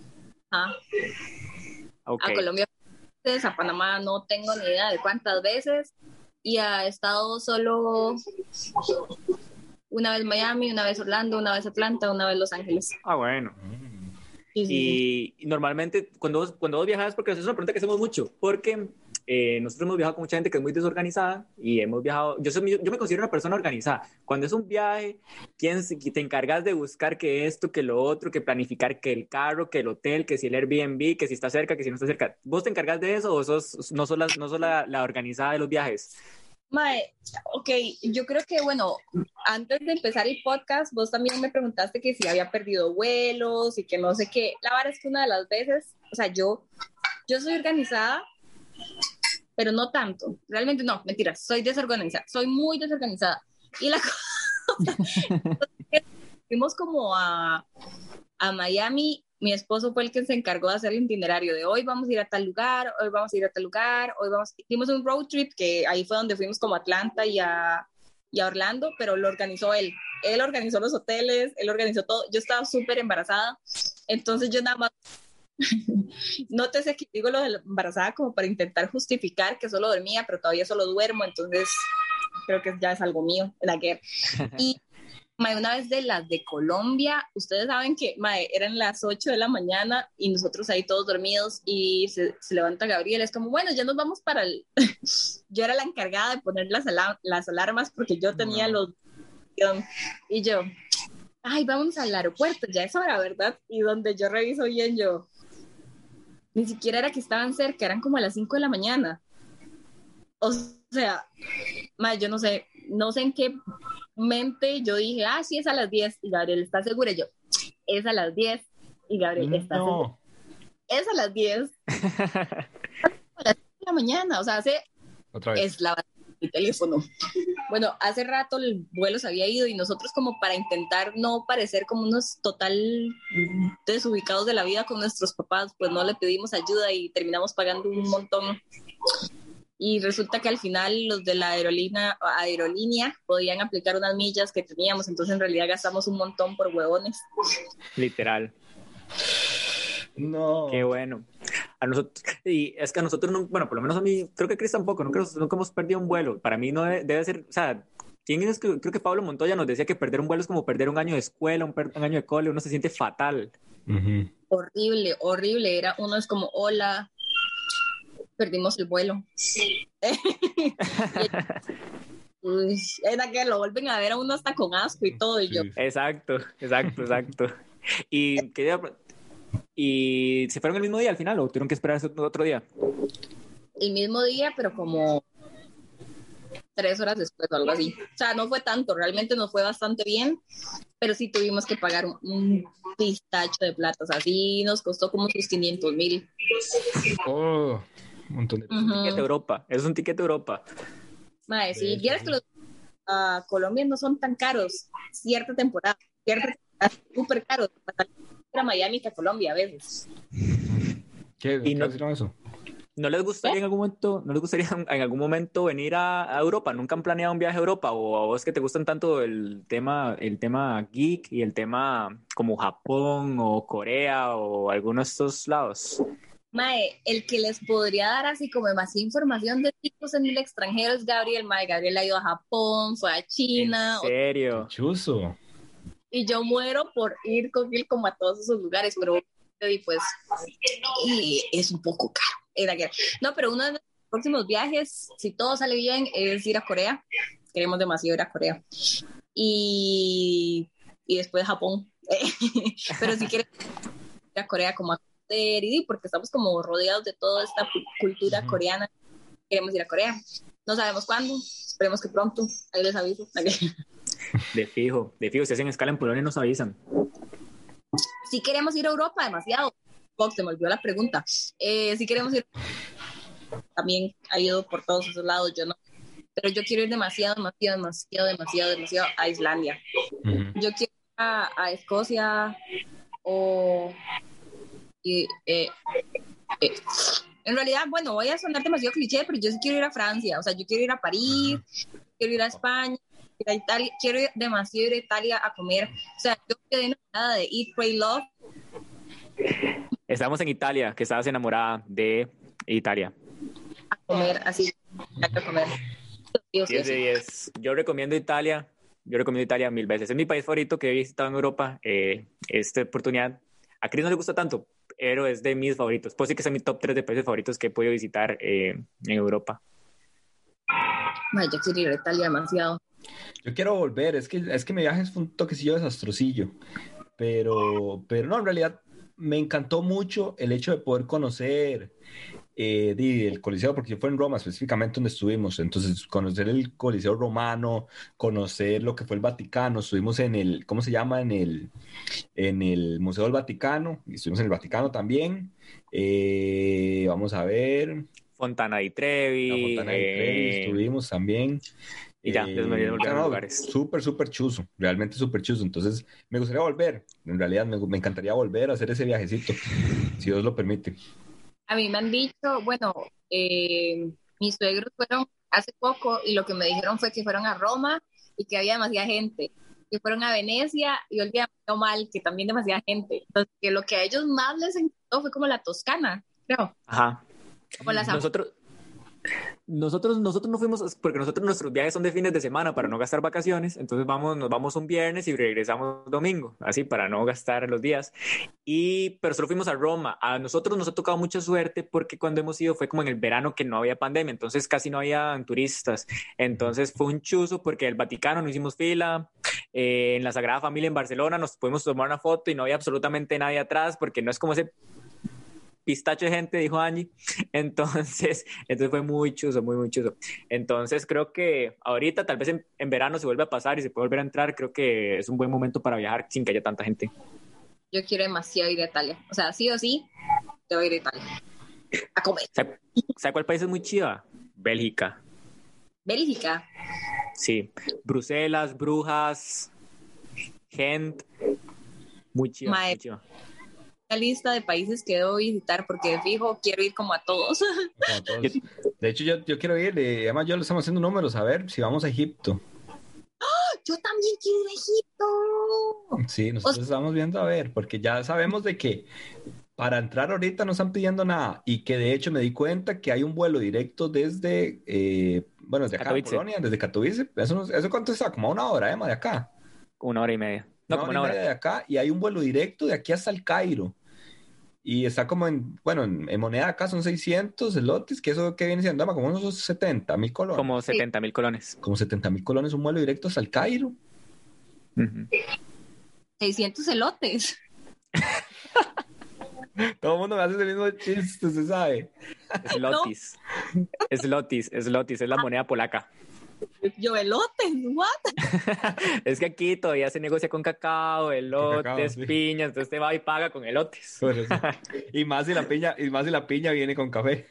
Okay. A Colombia, a Panamá no tengo ni idea de cuántas veces y a Estados solo una vez Miami, una vez Orlando, una vez Atlanta, una vez Los Ángeles. Bueno. Sí. Y normalmente cuando vos viajas, porque es una pregunta que hacemos mucho, porque nosotros hemos viajado con mucha gente que es muy desorganizada y hemos viajado, yo me considero una persona organizada. Cuando es un viaje, te encargas de buscar que esto, que lo otro, que planificar que el carro, que el hotel, que si el Airbnb, que si está cerca, que si no está cerca. ¿Vos te encargas de eso o no sos la organizada de los viajes? Mae, ok, yo creo que, antes de empezar el podcast, vos también me preguntaste que si había perdido vuelos y que no sé qué. La verdad es que una de las veces, o sea, yo soy organizada, pero no tanto. Realmente no, mentira, soy desorganizada, soy muy desorganizada. Y la cosa fuimos como a Miami. Mi esposo fue el que se encargó de hacer el itinerario de hoy vamos a ir a tal lugar, hoy vamos a ir a tal lugar, hicimos un road trip que ahí fue donde fuimos como a Atlanta y a y a Orlando, pero lo organizó él. Él organizó los hoteles, él organizó todo. Yo estaba súper embarazada, entonces yo nada más, nótese que digo lo de la embarazada como para intentar justificar que solo dormía, pero todavía solo duermo, entonces creo que ya es algo mío, la guerra. Y mae, una vez de las de Colombia, ustedes saben que mae, eran las 8 de la mañana y nosotros ahí todos dormidos y se levanta Gabriel, es como, bueno, ya nos vamos para el... Yo era la encargada de poner las alarmas porque yo tenía los... Y yo, ay, vamos al aeropuerto, ya es hora, ¿verdad? Y donde yo reviso bien, yo... Ni siquiera era que estaban cerca, eran como a las 5 de la mañana. O sea, mae, yo no sé en qué mente yo dije, sí, es a las 10. Y Gabriel, ¿está segura? Y yo, es a las 10. Y Gabriel, ¿está segura? Es a las 10. A las 5 de la mañana. O sea, Otra vez. es la mi teléfono. Bueno, hace rato el vuelo se había ido y nosotros como para intentar no parecer como unos total desubicados de la vida con nuestros papás, pues no le pedimos ayuda y terminamos pagando un montón. Y resulta que al final los de la aerolínea podían aplicar unas millas que teníamos, entonces en realidad gastamos un montón por huevones. Literal. No. Qué bueno. A nosotros, y es que a nosotros, no, bueno, por lo menos a mí, creo que Chris tampoco, nunca hemos perdido un vuelo. Para mí no debe ser, o sea, ¿quién es que, creo que Pablo Montoya nos decía que perder un vuelo es como perder un año de escuela, un año de cole, uno se siente fatal. Uh-huh. Horrible, horrible. Uno es como, hola, perdimos el vuelo. Sí. Era que lo vuelven a ver a uno hasta con asco y todo, y yo. Exacto. ¿Y se fueron el mismo día al final o tuvieron que esperar otro día? El mismo día, pero como 3 horas después o algo así. O sea, no fue tanto, realmente nos fue bastante bien, pero sí tuvimos que pagar un pistacho de plata. O sea, sí nos costó como sus 500,000. Oh, un montón de... Ticket de Europa, es un ticket de Europa. Madre, si vieras que los Colombia no son tan caros, cierta temporada súper caros. A Miami que a Colombia a veces. ¿Qué no, hicieron eso? ¿No les gustaría en algún momento venir a Europa? ¿Nunca han planeado un viaje a Europa? ¿O a vos que te gustan tanto el tema geek y el tema como Japón o Corea o alguno de estos lados? Mae, el que les podría dar así como demasiada información de tipos en el extranjero es Gabriel. Mae, Gabriel ha ido a Japón, fue a China. ¿En serio? Chuzo. Y yo muero por ir con él como a todos esos lugares, pero pues es un poco caro. No, pero uno de los próximos viajes, si todo sale bien, es ir a Corea. Queremos demasiado ir a Corea. Y después Japón. Pero si quieres ir a Corea como a porque estamos como rodeados de toda esta cultura coreana, queremos ir a Corea. No sabemos cuándo, esperemos que pronto. Ahí les aviso. De fijo, si hacen escala en Polonia nos avisan. Si queremos ir a Europa, demasiado. Fox, se me olvidó la pregunta. Si queremos ir, también ha ido por todos esos lados, yo no. Pero yo quiero ir demasiado a Islandia. Uh-huh. Yo quiero ir a Escocia o... en realidad, bueno, voy a sonar demasiado cliché, pero yo sí quiero ir a Francia. O sea, yo quiero ir a París, quiero ir a España, a Italia, quiero ir demasiado ir a Italia a comer. O sea, yo quedé enamorada de Eat, Pray, Love. Estamos en Italia, que estabas enamorada de Italia. A comer, así, a comer. 10 de 10. Yo recomiendo Italia 1000 veces. Es mi país favorito que he visitado en Europa. Esta oportunidad, a Chris no le gusta tanto, pero es de mis favoritos. Puedo decir que es mi top 3 de países favoritos que he podido visitar en Europa. Ay, yo quiero ir a Italia demasiado. Yo quiero volver, es que mi viaje fue un toquecillo desastrocillo, pero no, en realidad me encantó mucho el hecho de poder conocer el Coliseo, porque yo fui en Roma específicamente donde estuvimos, entonces conocer el Coliseo romano, conocer lo que fue el Vaticano, estuvimos en el, ¿cómo se llama? En el Museo del Vaticano, y estuvimos en el Vaticano también, vamos a ver... Fontana di Trevi. Estuvimos también. Y ya, lugares. Súper chuzo, realmente súper chuzo. Entonces, me gustaría volver. En realidad, me encantaría volver a hacer ese viajecito, si Dios lo permite. A mí me han dicho, bueno, mis suegros fueron hace poco y lo que me dijeron fue que fueron a Roma y que había demasiada gente. Que fueron a Venecia y olvidé demasiado mal, que también demasiada gente. Entonces, que lo que a ellos más les encantó fue como la Toscana, creo. Ajá. Como la Nosotros no fuimos, porque nuestros viajes son de fines de semana para no gastar vacaciones, entonces nos vamos un viernes y regresamos domingo, así para no gastar los días. Pero solo fuimos a Roma. A nosotros nos ha tocado mucha suerte porque cuando hemos ido fue como en el verano que no había pandemia, entonces casi no había turistas. Entonces fue un chuzo porque el Vaticano no hicimos fila, en la Sagrada Familia en Barcelona nos pudimos tomar una foto y no había absolutamente nadie atrás porque no es como ese pistacho de gente, dijo Angie. Entonces fue muy chuzo, muy, muy chuzo. Entonces creo que ahorita, tal vez en verano se vuelve a pasar y se puede volver a entrar. Creo que es un buen momento para viajar sin que haya tanta gente. Yo quiero demasiado ir a Italia. O sea, sí o sí, te voy a ir a Italia. A comer. ¿Sabe cuál país es muy chiva? Bélgica. Bélgica. Sí. Bruselas, Brujas, Gent. Muy chiva, muy chiva. Una lista de países que debo visitar porque de fijo quiero ir como a todos. Como a todos. De hecho, yo quiero ir, además yo le estamos haciendo números, a ver si vamos a Egipto. ¡Oh! Yo también quiero ir a Egipto. Sí, nosotros estamos viendo a ver, porque ya sabemos de que para entrar ahorita no están pidiendo nada y que de hecho me di cuenta que hay un vuelo directo desde, desde acá, Polonia, desde Katowice. ¿Eso cuánto está? Como una hora, de acá. Una hora y media. No, como una hora de acá, y hay un vuelo directo de aquí hasta el Cairo. Y está como en moneda de acá son 600 zlotys, que eso que viene siendo como unos 70,000 colones. Como 70,000 colones. Como 70,000 colones, un vuelo directo hasta el Cairo. 600 elotes. Todo el mundo me hace el mismo chiste, se sabe. Zlotys. Zlotys, es la moneda polaca. Yo, elotes, what? Es que aquí todavía se negocia con cacao, elotes, sí. Piñas, entonces te va y paga con elotes. Y más si la piña viene con café.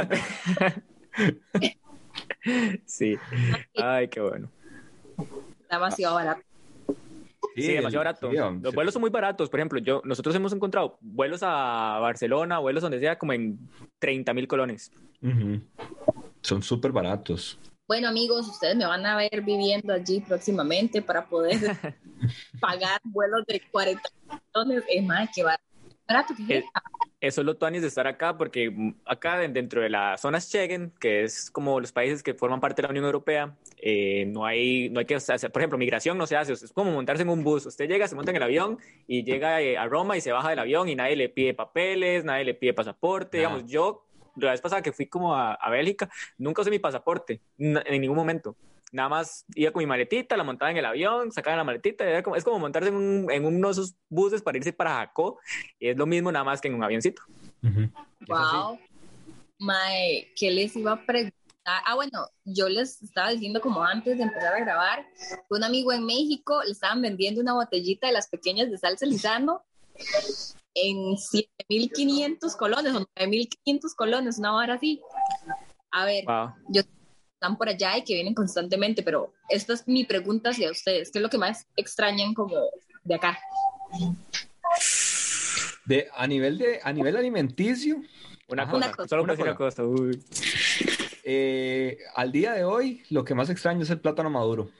Sí. Ay, qué bueno. Demasiado barato. Sí, demasiado barato. Los vuelos son muy baratos. Por ejemplo, nosotros hemos encontrado vuelos a Barcelona, vuelos donde sea, como en 30,000 colones. Son súper baratos. Bueno, amigos, ustedes me van a ver viviendo allí próximamente para poder pagar vuelos de 40 millones. Es más, qué barato. Eso es lo tuanis de estar acá, porque acá dentro de la zona Schengen, que es como los países que forman parte de la Unión Europea, no hay que hacer, por ejemplo, migración no se hace, es como montarse en un bus. Usted llega, se monta en el avión y llega a Roma y se baja del avión y nadie le pide papeles, nadie le pide pasaporte. Digamos, yo la vez pasada que fui como a Bélgica, nunca usé mi pasaporte, en ningún momento. Nada más iba con mi maletita, la montaba en el avión, sacaba la maletita, es como montarse en uno de esos buses para irse para Jacó, y es lo mismo nada más que en un avioncito. Wow. Mae, ¿qué les iba a preguntar? Bueno, yo les estaba diciendo como antes de empezar a grabar, que un amigo en México le estaban vendiendo una botellita de las pequeñas de salsa Lizano en 7,500 colones o 9,500 colones, una vara así. A ver, yo están por allá y que vienen constantemente, pero esta es mi pregunta hacia ustedes. ¿Qué es lo que más extrañan como de acá? A nivel alimenticio. Solo una cosa. Uy. Al día de hoy, lo que más extraño es el plátano maduro.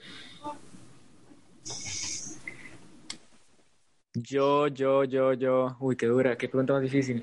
Yo. Uy, qué dura, qué pregunta más difícil.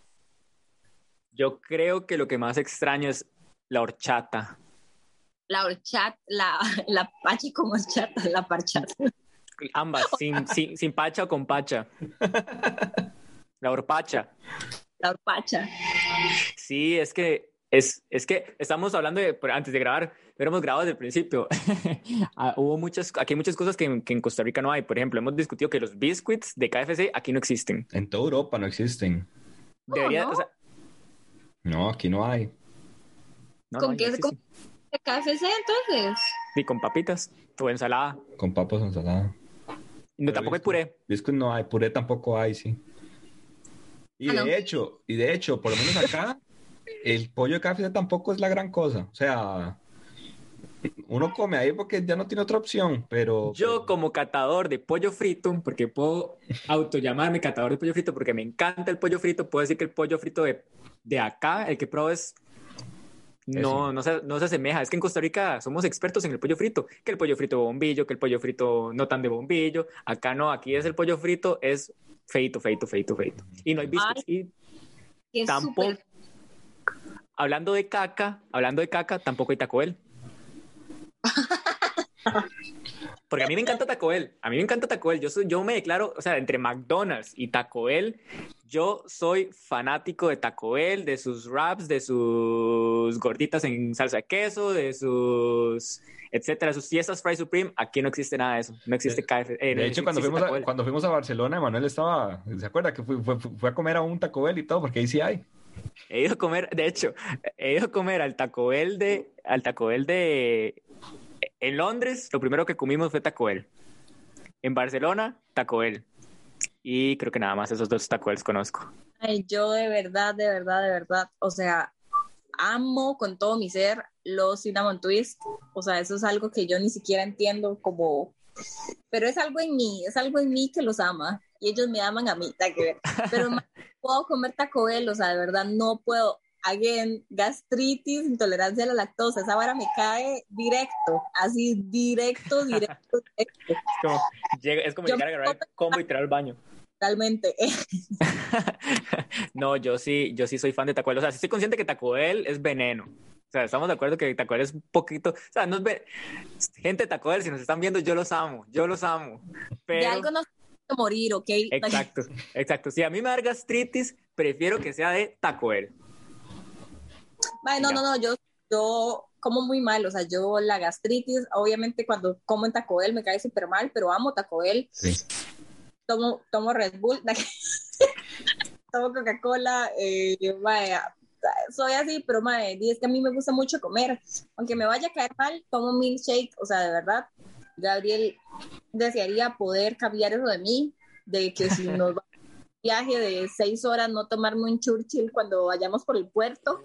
Yo creo que lo que más extraño es la horchata. La horchata, la pacha con horchata, la parchata. Ambas, sin pacha o con pacha. La horpacha. La horpacha. Sí, es que estamos hablando antes de grabar, hubiéramos grabado desde el principio. Aquí hay muchas cosas que en Costa Rica no hay. Por ejemplo, hemos discutido que los biscuits de KFC aquí no existen. En toda Europa no existen. Debería, ¿no? O sea, no, aquí no hay. ¿Con qué se come KFC entonces? Sí, con papitas o ensalada. Con papas o ensalada. No, tampoco hay puré. Biscuit no hay, puré tampoco hay, sí. Y de hecho, por lo menos acá, el pollo de KFC tampoco es la gran cosa. O sea, uno come ahí porque ya no tiene otra opción, pero... Yo como catador de pollo frito, porque puedo autollamarme catador de pollo frito porque me encanta el pollo frito, puedo decir que el pollo frito de acá, el que pruebo es no se asemeja. Es que en Costa Rica somos expertos en el pollo frito. Que el pollo frito de bombillo, que el pollo frito no tan de bombillo. Acá no, aquí es el pollo frito, es feito. Y no hay biscuits. Y Es tampoco, súper... hablando de caca, tampoco hay Taco Bell. Porque a mí me encanta Taco Bell. Yo me declaro, o sea, entre McDonald's y Taco Bell, yo soy fanático de Taco Bell, de sus wraps, de sus gorditas en salsa de queso, de sus etcétera, sus fiestas Fry Supreme. Aquí no existe nada de eso. No existe KFC. De hecho, cuando fuimos a Barcelona, Emanuel estaba, ¿se acuerda? Que fue a comer a un Taco Bell y todo, porque ahí sí hay. He ido a comer al Taco Bell de en Londres. Lo primero que comimos fue Taco Bell. En Barcelona, Taco Bell. Y creo que nada más esos 2 Taco Bells conozco. Ay, yo de verdad, o sea, amo con todo mi ser los Cinnamon Twist. O sea, eso es algo que yo ni siquiera entiendo como... Pero es algo en mí que los ama. Y ellos me aman a mí, nada que ver. Pero no puedo comer Taco Bell, o sea, de verdad no puedo. Again, gastritis, intolerancia a la lactosa, esa vara me cae directo, así directo. Es como llegar a agarrar el combo y tirar al baño. Totalmente. No, yo sí soy fan de Taco Bell. O sea, sí estoy consciente que Taco Bell es veneno. O sea, estamos de acuerdo que Taco Bell es un poquito... O sea, no es... Gente de Taco Bell, si nos están viendo, yo los amo. Pero... De algo no se puede morir, ¿ok? Exacto. Si a mí me da gastritis, prefiero que sea de Taco Bell. Ay, no, yo como muy mal, o sea, yo la gastritis, obviamente cuando como en Taco Bell me cae súper mal, pero amo Taco Bell. Sí. Tomo Red Bull, tomo Coca-Cola, vaya, soy así, pero es que a mí me gusta mucho comer, aunque me vaya a caer mal, tomo milkshake, o sea, de verdad, Gabriel desearía poder cambiar eso de mí, de que si nos va viaje de 6 horas, no tomarme un Churchill cuando vayamos por el puerto.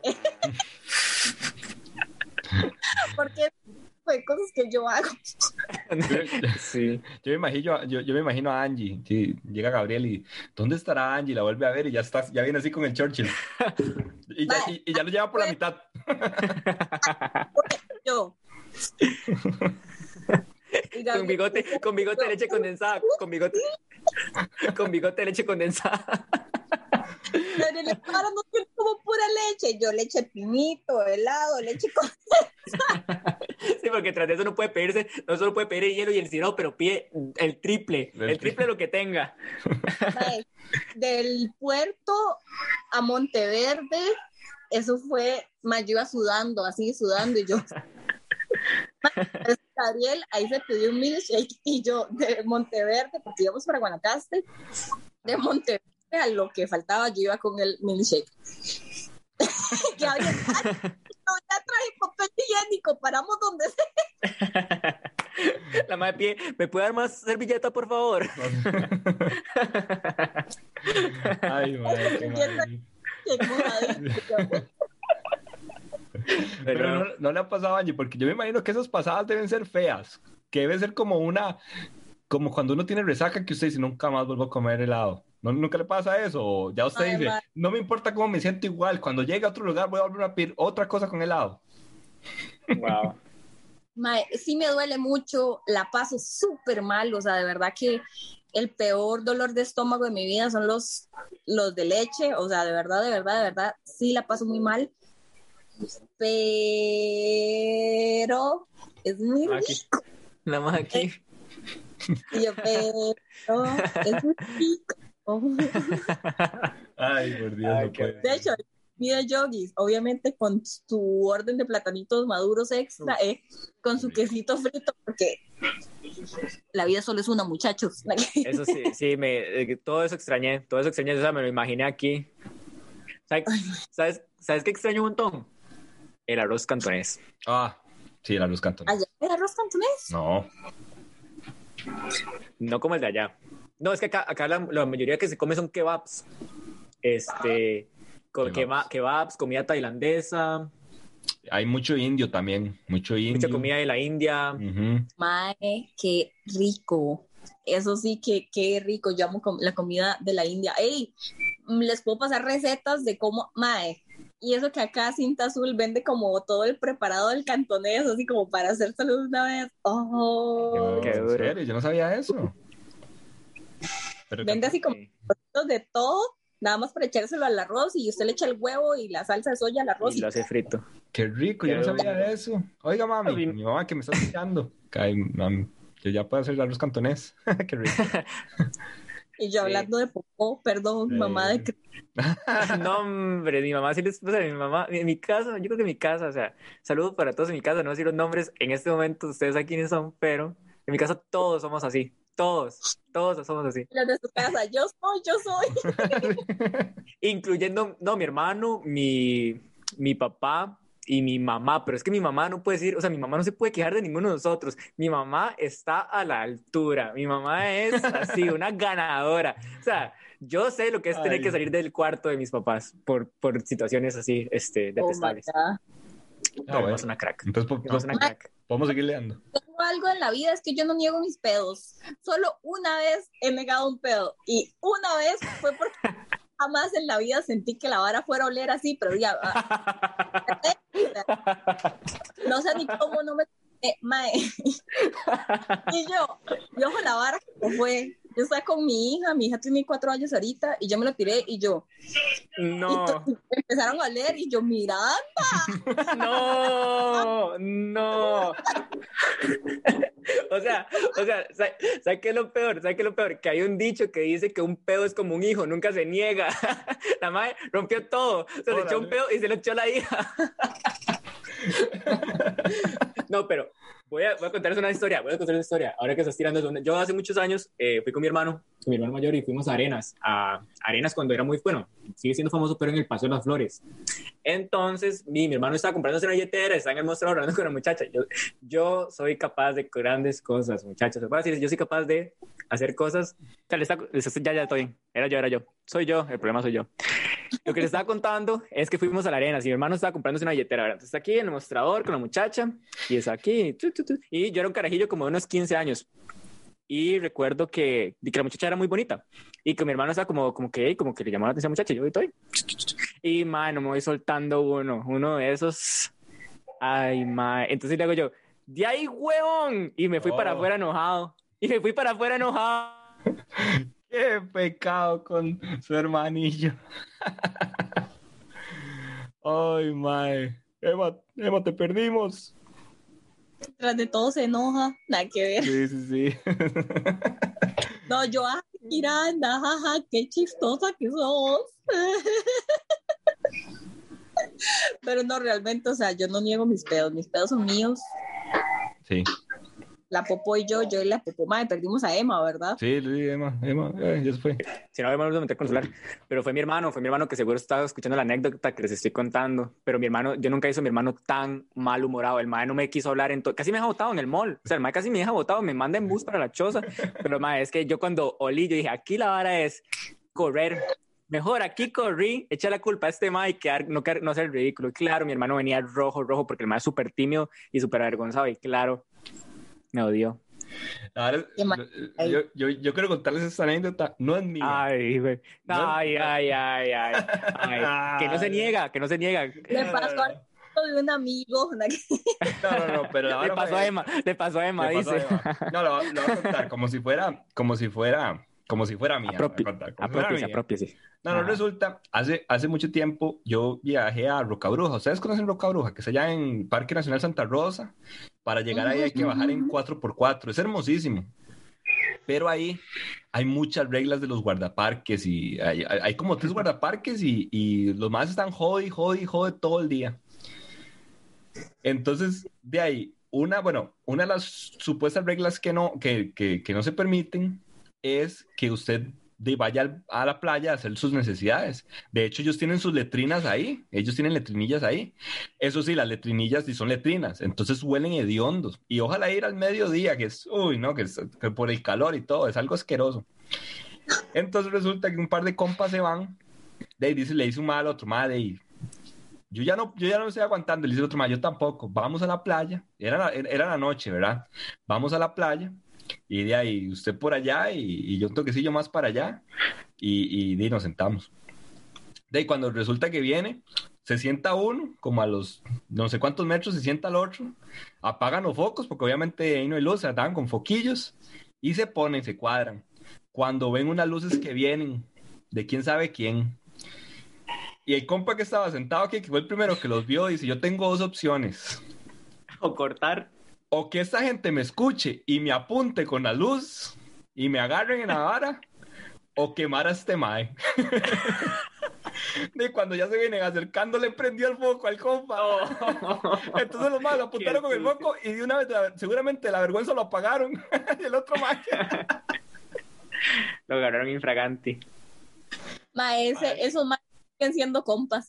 Porque fue cosas que yo hago. Sí. Yo me imagino a Angie. Sí, llega Gabriel y ¿dónde estará Angie? La vuelve a ver y ya viene así con el Churchill. Y ya lo lleva por la mitad. Yo. Con bigote de leche condensada. Con bigote de leche condensada. Pero ahora no quiero como pura leche. Yo leche pinito, helado, leche condensada. Sí, porque tras de eso no solo puede pedir el hielo y el sirope, pero pide el triple de lo que tenga. Del puerto a Monteverde, eso fue, yo iba sudando y yo... Gabriel ahí se pidió un milkshake y yo de Monteverde, porque íbamos para Guanacaste, de Monteverde a lo que faltaba yo iba con el milkshake. Gabriel, ya traje papel higiénico, paramos donde sea. La madre pie, ¿me puede dar más servilleta, por favor? Ay, madre, qué madre. Pero no le ha pasado a Angie, porque yo me imagino que esas pasadas deben ser feas, que debe ser como cuando uno tiene resaca que usted dice, nunca más vuelvo a comer helado. ¿Nunca le pasa eso? O ya usted dice, no me importa cómo me siento igual, cuando llegue a otro lugar voy a volver a pedir otra cosa con helado. Wow. Sí me duele mucho, la paso súper mal, o sea, de verdad que el peor dolor de estómago de mi vida son los de leche, o sea, de verdad, sí la paso muy mal. Pero es muy rico. La más aquí. Y yo, pero es muy rico. Ay, por Dios, no puede. De hecho, pide yogis, obviamente con su orden de platanitos maduros extra, con su quesito frito, porque la vida solo es una, muchachos. Eso sí, todo eso extrañé, o sea, me lo imaginé aquí. ¿Sabes qué extraño un montón? El arroz cantonés. Ah, sí, el arroz cantonés. ¿Allá el arroz cantonés? No como el de allá. No, es que acá la mayoría que se come son kebabs. Kebabs, comida tailandesa. Hay mucho indio también, mucha comida de la India. Uh-huh. Mae, qué rico. Eso sí, qué rico. Yo amo la comida de la India. Ey, les puedo pasar recetas de cómo, mae, Y eso que acá Cinta Azul vende como todo el preparado del cantonés, así como para hacérselo de una vez. Oh, Qué ¿En duro. serio? Yo no sabía eso. Pero vende así como trocitos de todo, nada más para echárselo al arroz y usted le echa el huevo y la salsa de soya al arroz. Y lo hace frito. qué rico, yo no sabía eso. Oiga, mami, mi mamá que me está escuchando. Ay, mami, yo ya puedo hacer el arroz cantonés. Qué rico. Y yo hablando de popó, perdón, mamá de... No, hombre, mi mamá sí les pasa, mi mamá, en mi casa, yo creo que en mi casa, o sea, saludos para todos en mi casa, no voy a decir los nombres en este momento, ustedes saben quiénes son, pero en mi casa todos somos así, todos somos así. Los de su casa, yo soy. Incluyendo, no, mi hermano, mi papá y mi mamá, pero es que mi mamá no puede decir, o sea, mi mamá no se puede quejar de ninguno de nosotros, mi mamá está a la altura, mi mamá es así, una ganadora, o sea, yo sé lo que es tener que salir del cuarto de mis papás por situaciones así, detestables. Ah, bueno. Es una crack. Entonces, Es una crack. podemos seguir leando. Tengo algo en la vida, es que yo no niego mis pedos. Solo una vez he negado un pedo. Y una vez fue porque jamás en la vida sentí que la vara fuera a oler así, pero ya... no sé ni cómo no me... mae. Y yo con la vara que fue... Yo estaba con mi hija tiene 4 años ahorita, y yo me lo tiré, y yo... No. Y empezaron a leer, y yo, Miranda. No. O sea, ¿sabes qué es lo peor? ¿Sabes qué es lo peor? Que hay un dicho que dice que un pedo es como un hijo, nunca se niega. La madre rompió todo, se le echó un pedo y se lo echó la hija. No, pero voy a contarles una historia. Ahora que estás tirando, yo hace muchos años fui con mi hermano mayor, y fuimos a Arenas cuando era muy bueno, sigue siendo famoso, pero en el Paso de las Flores. Entonces mi hermano estaba comprándose una billetera, está en el mostrador hablando con una muchacha. Yo soy capaz de grandes cosas, muchachos. Voy a decir, yo soy capaz de hacer cosas. O sea, ya estoy bien. Era yo. Soy yo, el problema soy yo. Lo que les estaba contando es que fuimos a la Arenas y mi hermano estaba comprándose una billetera, ¿verdad? Entonces está aquí en el mostrador con la muchacha y está aquí. Y yo era un carajillo como de unos 15 años. Y recuerdo que la muchacha era muy bonita y que mi hermano estaba como que le llamó la atención a la muchacha. Y yo estoy. Y, no me voy soltando uno de esos. Ay, entonces le hago yo, de ahí, huevón. Y me fui para afuera enojado. Qué pecado con su hermanillo. Ay, mae. Emma, te perdimos. Tras de todo se enoja, nada que ver. Sí. No, yo, Miranda, jaja, qué chistosa que sos. Pero no, realmente, o sea, yo no niego mis pedos son míos. Sí. La Popó y yo y la Popó, madre, perdimos a Emma, ¿verdad? Sí, Emma, ya se fue. Si no, vamos a meter con celular. Pero fue mi hermano que seguro estaba escuchando la anécdota que les estoy contando. Pero mi hermano, yo nunca hice a mi hermano tan malhumorado. El mae no me quiso hablar casi me deja botado en el mall. O sea, el mae casi me deja botado, me manda en bus para la choza. Pero mae, es que yo cuando olí, yo dije, aquí la vara es correr. Mejor aquí corrí, echa la culpa a este mae y no hacer el ridículo. Y claro, mi hermano venía rojo, porque el mae es súper tímido y súper avergonzado. Y claro, me odió. Ahora, yo quiero contarles esta anécdota, no es mía. Ay, güey. Ay. Que no se niega. Le pasó al de un amigo. No, pero le pasó a Emma, dice. No, lo voy a contar como si fuera mía. Apropiese. No, resulta, hace mucho tiempo yo viajé a Rocabruja. ¿Ustedes conocen Rocabruja? Que está allá en Parque Nacional Santa Rosa. Para llegar ahí hay que bajar en 4x4. Es hermosísimo. Pero ahí hay muchas reglas de los guardaparques y hay como 3 guardaparques y los más están jode todo el día. Entonces, de ahí, una de las supuestas reglas que no se permiten es que usted vaya a la playa a hacer sus necesidades. De hecho, ellos tienen sus letrinas ahí. Ellos tienen letrinillas ahí. Eso sí, las letrinillas sí son letrinas. Entonces huelen hediondos. Y ojalá ir al mediodía, que por el calor y todo. Es algo asqueroso. Entonces resulta que un par de compas se van. Le dice un mal al otro, madre, yo ya no estoy aguantando. Le dice el otro mal, yo tampoco. Vamos a la playa. Era la noche, ¿verdad? Vamos a la playa. Y de ahí, usted por allá y yo un toquecillo más para allá y nos sentamos. De ahí, cuando resulta que viene, se sienta uno, como a los no sé cuántos metros se sienta el otro, apagan los focos, porque obviamente ahí no hay luz, se andaban con foquillos, y se ponen, se cuadran. Cuando ven unas luces que vienen, de quién sabe quién, y el compa que estaba sentado aquí, que fue el primero que los vio, dice, yo tengo dos opciones. O cortar. O que esta gente me escuche y me apunte con la luz y me agarren en la vara, o quemar a este mae. De cuando ya se vienen acercando, le prendió el foco al compa. Entonces los maes lo apuntaron con el foco y de una vez, seguramente la vergüenza lo apagaron. Y el otro mae. Lo agarraron infraganti. Esos más siguen siendo compas.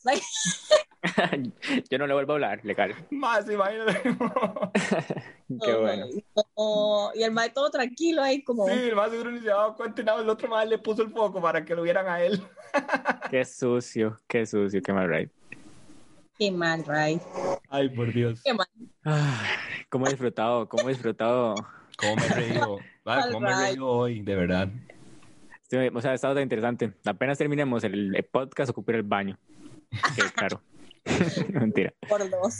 Yo no le vuelvo a hablar, legal. Más, imagínate. Qué bueno. Y el mae todo tranquilo ahí como... Sí, el más seguro ni se ha dado cuenta y nada, el otro mae le puso el foco para que lo vieran a él. Qué sucio, qué mal right. Qué mal, right. Ay, por Dios. Qué mal. Cómo he disfrutado. ¿Cómo me he reído? Cómo me he reído hoy, de verdad. O sea, ha estado tan interesante. Apenas terminemos el podcast, ocupar el baño. Qué claro. Mentira. Por dos.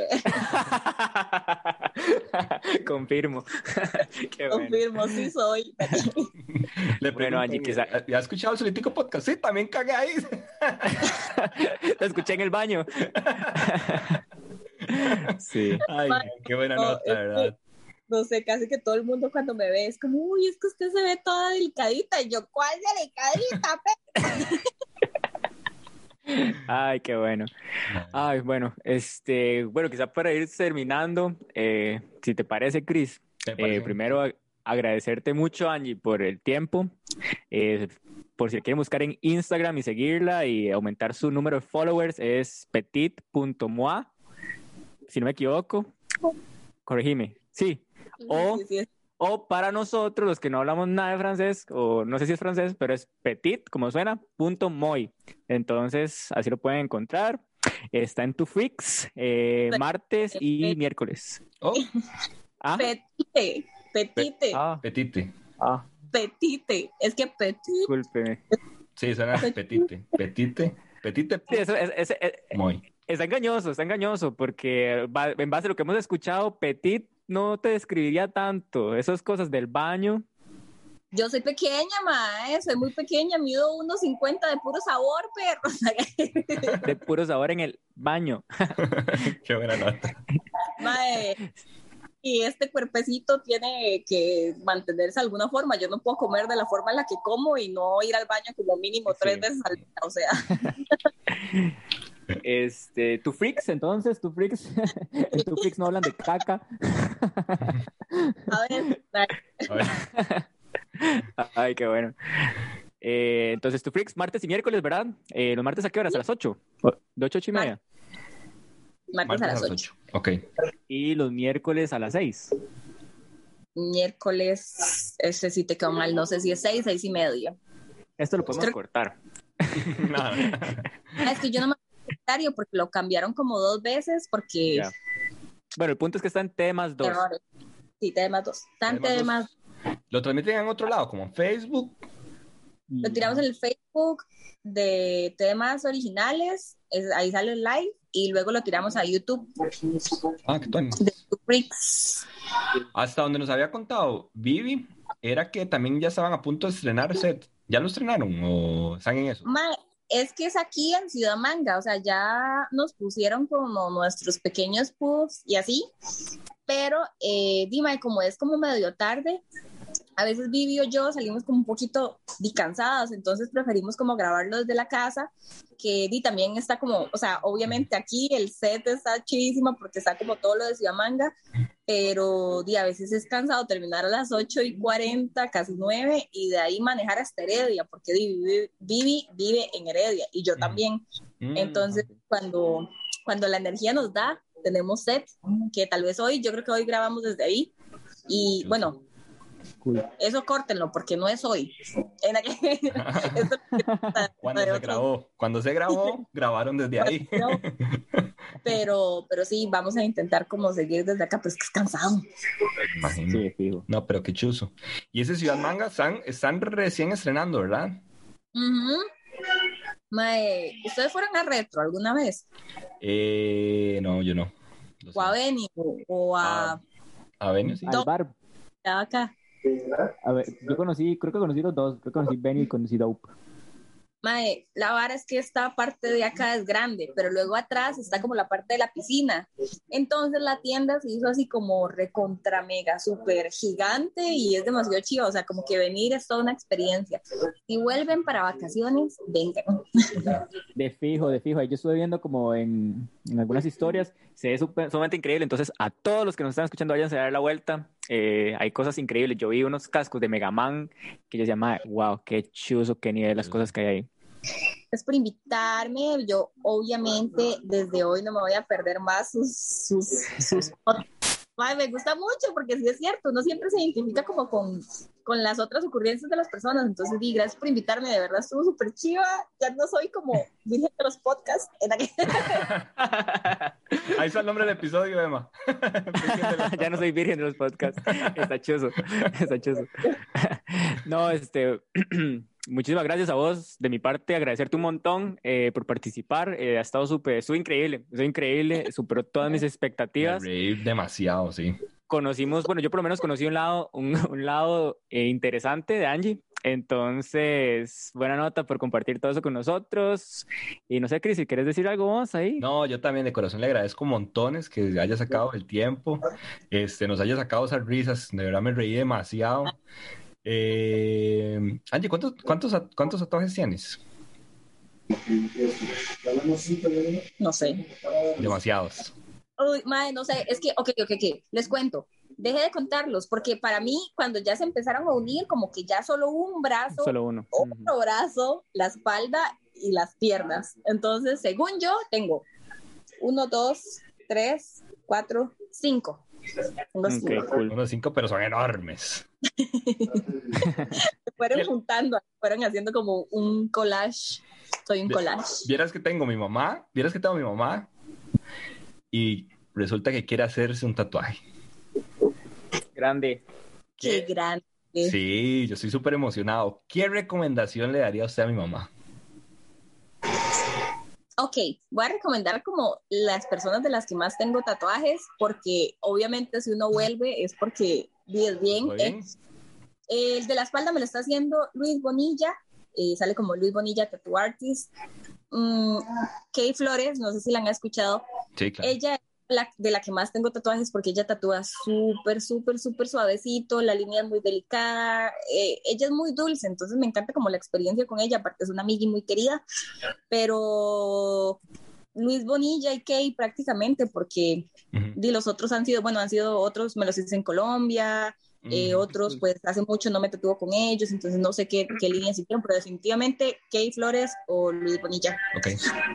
Confirmo. Qué bueno. Confirmo, sí soy. Bueno, Angie, quizá... ¿Ya has escuchado el Solítico Podcast? Sí, también cagué ahí. Lo escuché en el baño. Sí. Ay, qué buena nota, ¿verdad? No sé, casi que todo el mundo cuando me ve es como, uy, es que usted se ve toda delicadita. Y yo, ¿cuál delicadita, Ay, qué bueno. Ay, bueno, bueno, quizá para ir terminando, si te parece, Chris, primero agradecerte mucho, Angie, por el tiempo. Por si quieren buscar en Instagram y seguirla y aumentar su número de followers, es petit.moi, si no me equivoco. Corregime. Sí. O para nosotros, los que no hablamos nada de francés, o no sé si es francés, pero es petit, como suena, .moi. Entonces, así lo pueden encontrar. Está en Tufreaks, martes y miércoles. Oh. ¿Ah? Petite. Petite. Petite. Es que petit. Disculpe. Sí, suena petite. Petite. Sí, eso Muy. Está engañoso, porque en base a lo que hemos escuchado, petit no te describiría tanto. Esas cosas del baño. Yo soy pequeña, soy muy pequeña, mido 1.50 de puro sabor, perro. De puro sabor en el baño. Qué buena nota. Y este cuerpecito tiene que mantenerse de alguna forma. Yo no puedo comer de la forma en la que como y no ir al baño como mínimo 3 veces al día, o sea. Tufreaks, entonces, Tufreaks. En Tufreaks no hablan de caca. A ver. Ay, qué bueno. Entonces, Tufreaks, martes y miércoles, ¿verdad? ¿Los martes a qué horas? ¿A las 8? ¿De 8:30? Martes a las 8. Ok. Y los miércoles a las 6. Miércoles, sí te quedó mal, no sé si es 6:30. Esto lo podemos cortar. No. Es que yo no me acuerdo porque lo cambiaron como 2 veces porque... Ya. Bueno, el punto es que está en temas 2. Errores. Sí, temas 2. Están temas... ¿Lo transmiten en otro lado, como en Facebook? Lo tiramos en el Facebook de temas originales, ahí sale el live, y luego lo tiramos a YouTube. Ah, qué tal. De Tufreaks. Hasta donde nos había contado Vivi, era que también ya estaban a punto de estrenar set. ¿Ya lo estrenaron o están en eso? Es que es aquí en Ciudad Manga, o sea, ya nos pusieron como nuestros pequeños puffs y así, pero dime, como es como medio tarde, a veces Vivi o yo salimos como un poquito cansadas, entonces preferimos como grabarlo desde la casa, que también está como, o sea, obviamente aquí el set está chidísimo porque está como todo lo de Ciudad Manga, pero a veces es cansado terminar a las 8:40, casi 9, y de ahí manejar hasta Heredia, porque Vivi vive en Heredia y yo también. Entonces, cuando la energía nos da, tenemos set, que tal vez hoy, yo creo que hoy grabamos desde ahí, y bueno, eso córtenlo porque no es hoy. Cuando se grabó, grabaron desde ahí. Pero sí, vamos a intentar como seguir desde acá, pues que es cansado. Imagino. Sí, fijo. No, pero qué chuzo. Y ese Ciudad Manga están recién estrenando, ¿verdad? Uh-huh. Mae, ¿ustedes fueron a Retro alguna vez? No, yo no. Lo O a sé. Benny, o a A Venio, sí. Al bar. acá. A ver, creo que conocí los dos. Creo que conocí Benny y conocí Dope. Mae, la vara es que esta parte de acá es grande, pero luego atrás está como la parte de la piscina. Entonces la tienda se hizo así como recontra mega super gigante y es demasiado chido. O sea, como que venir es toda una experiencia. Si vuelven para vacaciones, vengan. De fijo. Ahí yo estuve viendo como en algunas historias. Se ve sumamente increíble. Entonces, a todos los que nos están escuchando, váyanse a dar la vuelta. Hay cosas increíbles. Yo vi unos cascos de Mega Man que yo decía, wow, qué chuzo, qué nivel las cosas que hay ahí. Es por invitarme. Yo, obviamente, desde hoy no me voy a perder más sus Ay, me gusta mucho porque sí es cierto, uno siempre se identifica como con las otras ocurrencias de las personas. Entonces, di, gracias por invitarme, de verdad estuvo súper chiva. Ya no soy como virgen de los podcasts. Ahí está el nombre del episodio, Emma. Ya no soy virgen de los podcasts. Está chuzo. No, muchísimas gracias a vos. De mi parte, agradecerte un montón por participar. Estuvo increíble, superó todas mis expectativas. Me reí demasiado, sí. Conocimos, bueno, yo por lo menos conocí un lado interesante de Angie. Entonces, buena nota por compartir todo eso con nosotros. Y no sé, Cris, si quieres decir algo vos ahí. No, yo también de corazón le agradezco montones que haya sacado el tiempo, nos haya sacado esas risas, de verdad me reí demasiado. Angie, ¿cuántos tatuajes tienes? No sé. Demasiados. Uy, madre, no sé, es que, ok, les cuento. Deje de contarlos, porque para mí, cuando ya se empezaron a unir, como que ya solo un brazo, Solo uno. otro brazo, la espalda y las piernas. Entonces, según yo, tengo 1, 2, 3, 4, 5. Okay, cool. Unos 5, pero son enormes. Se fueron juntando, fueron haciendo como un collage. Soy un collage. Vieras que tengo mi mamá y resulta que quiere hacerse un tatuaje. Grande. Qué grande. Sí, yo estoy súper emocionado. ¿Qué recomendación le daría usted a mi mamá? Ok, voy a recomendar como las personas de las que más tengo tatuajes, porque obviamente si uno vuelve es porque vives bien. El de la espalda me lo está haciendo Luis Bonilla, sale como Luis Bonilla Tattoo Artist. Kay Flores, no sé si la han escuchado. Sí, claro. Ella es de la que más tengo tatuajes porque ella tatúa súper suavecito, la línea es muy delicada, ella es muy dulce, entonces me encanta como la experiencia con ella, aparte es una amiga muy querida, pero Luis Bonilla y Kay prácticamente porque los otros han sido otros, me los hice en Colombia, otros pues hace mucho no me tatúo con ellos, entonces no sé qué líneas hicieron, pero definitivamente Kay Flores o Luis Bonilla. Ok.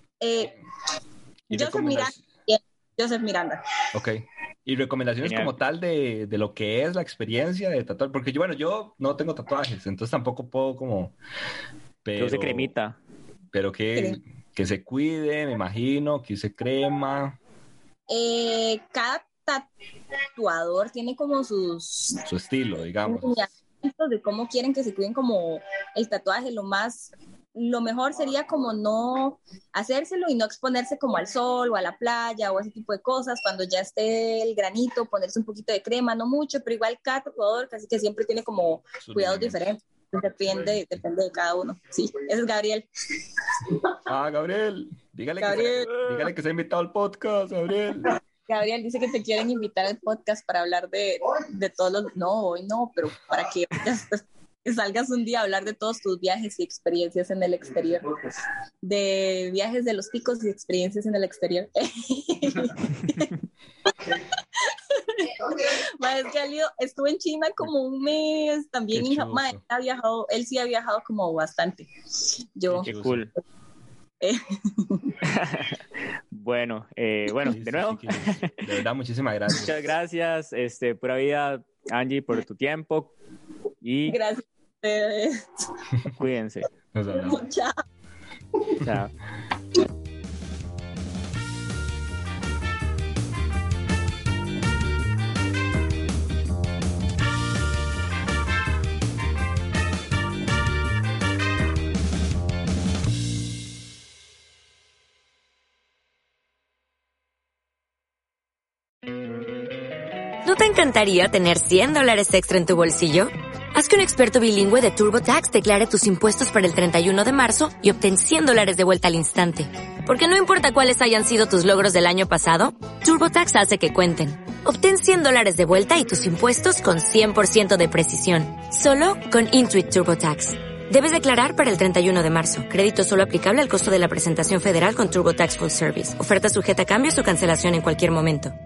Joseph Miranda. Ok. ¿Y recomendaciones Genial. como tal de lo que es la experiencia de tatuar? Porque yo no tengo tatuajes, entonces tampoco puedo como... Que use cremita. Pero que se cuide, me imagino, que use crema. Cada tatuador tiene como su estilo, digamos. De cómo quieren que se cuiden como el tatuaje, lo mejor sería como no hacérselo y no exponerse como al sol o a la playa o ese tipo de cosas. Cuando ya esté el granito, ponerse un poquito de crema, no mucho, pero igual cada tatuador casi que siempre tiene como cuidados diferentes. Depende de cada uno. Sí, ese es Gabriel. Gabriel, dígale que se ha invitado al podcast, Gabriel. Gabriel dice que te quieren invitar al podcast para hablar de todos los... No, hoy no, pero para que salgas un día a hablar de todos tus viajes y experiencias en el exterior. De viajes de los picos y experiencias en el exterior. Es que estuve en China como un mes también. Él sí ha viajado como bastante. Qué cool. Bueno, de nuevo. De verdad, muchísimas gracias. Muchas gracias, pura vida, Angie, por tu tiempo. Y gracias a ustedes. Cuídense. Chao. Chao. ¿No te encantaría tener $100 extra en tu bolsillo? Haz que un experto bilingüe de TurboTax declare tus impuestos para el 31 de marzo y obtén $100 de vuelta al instante. Porque no importa cuáles hayan sido tus logros del año pasado, TurboTax hace que cuenten. Obtén $100 de vuelta y tus impuestos con 100% de precisión. Solo con Intuit TurboTax. Debes declarar para el 31 de marzo. Crédito solo aplicable al costo de la presentación federal con TurboTax Full Service. Oferta sujeta a cambios o cancelación en cualquier momento.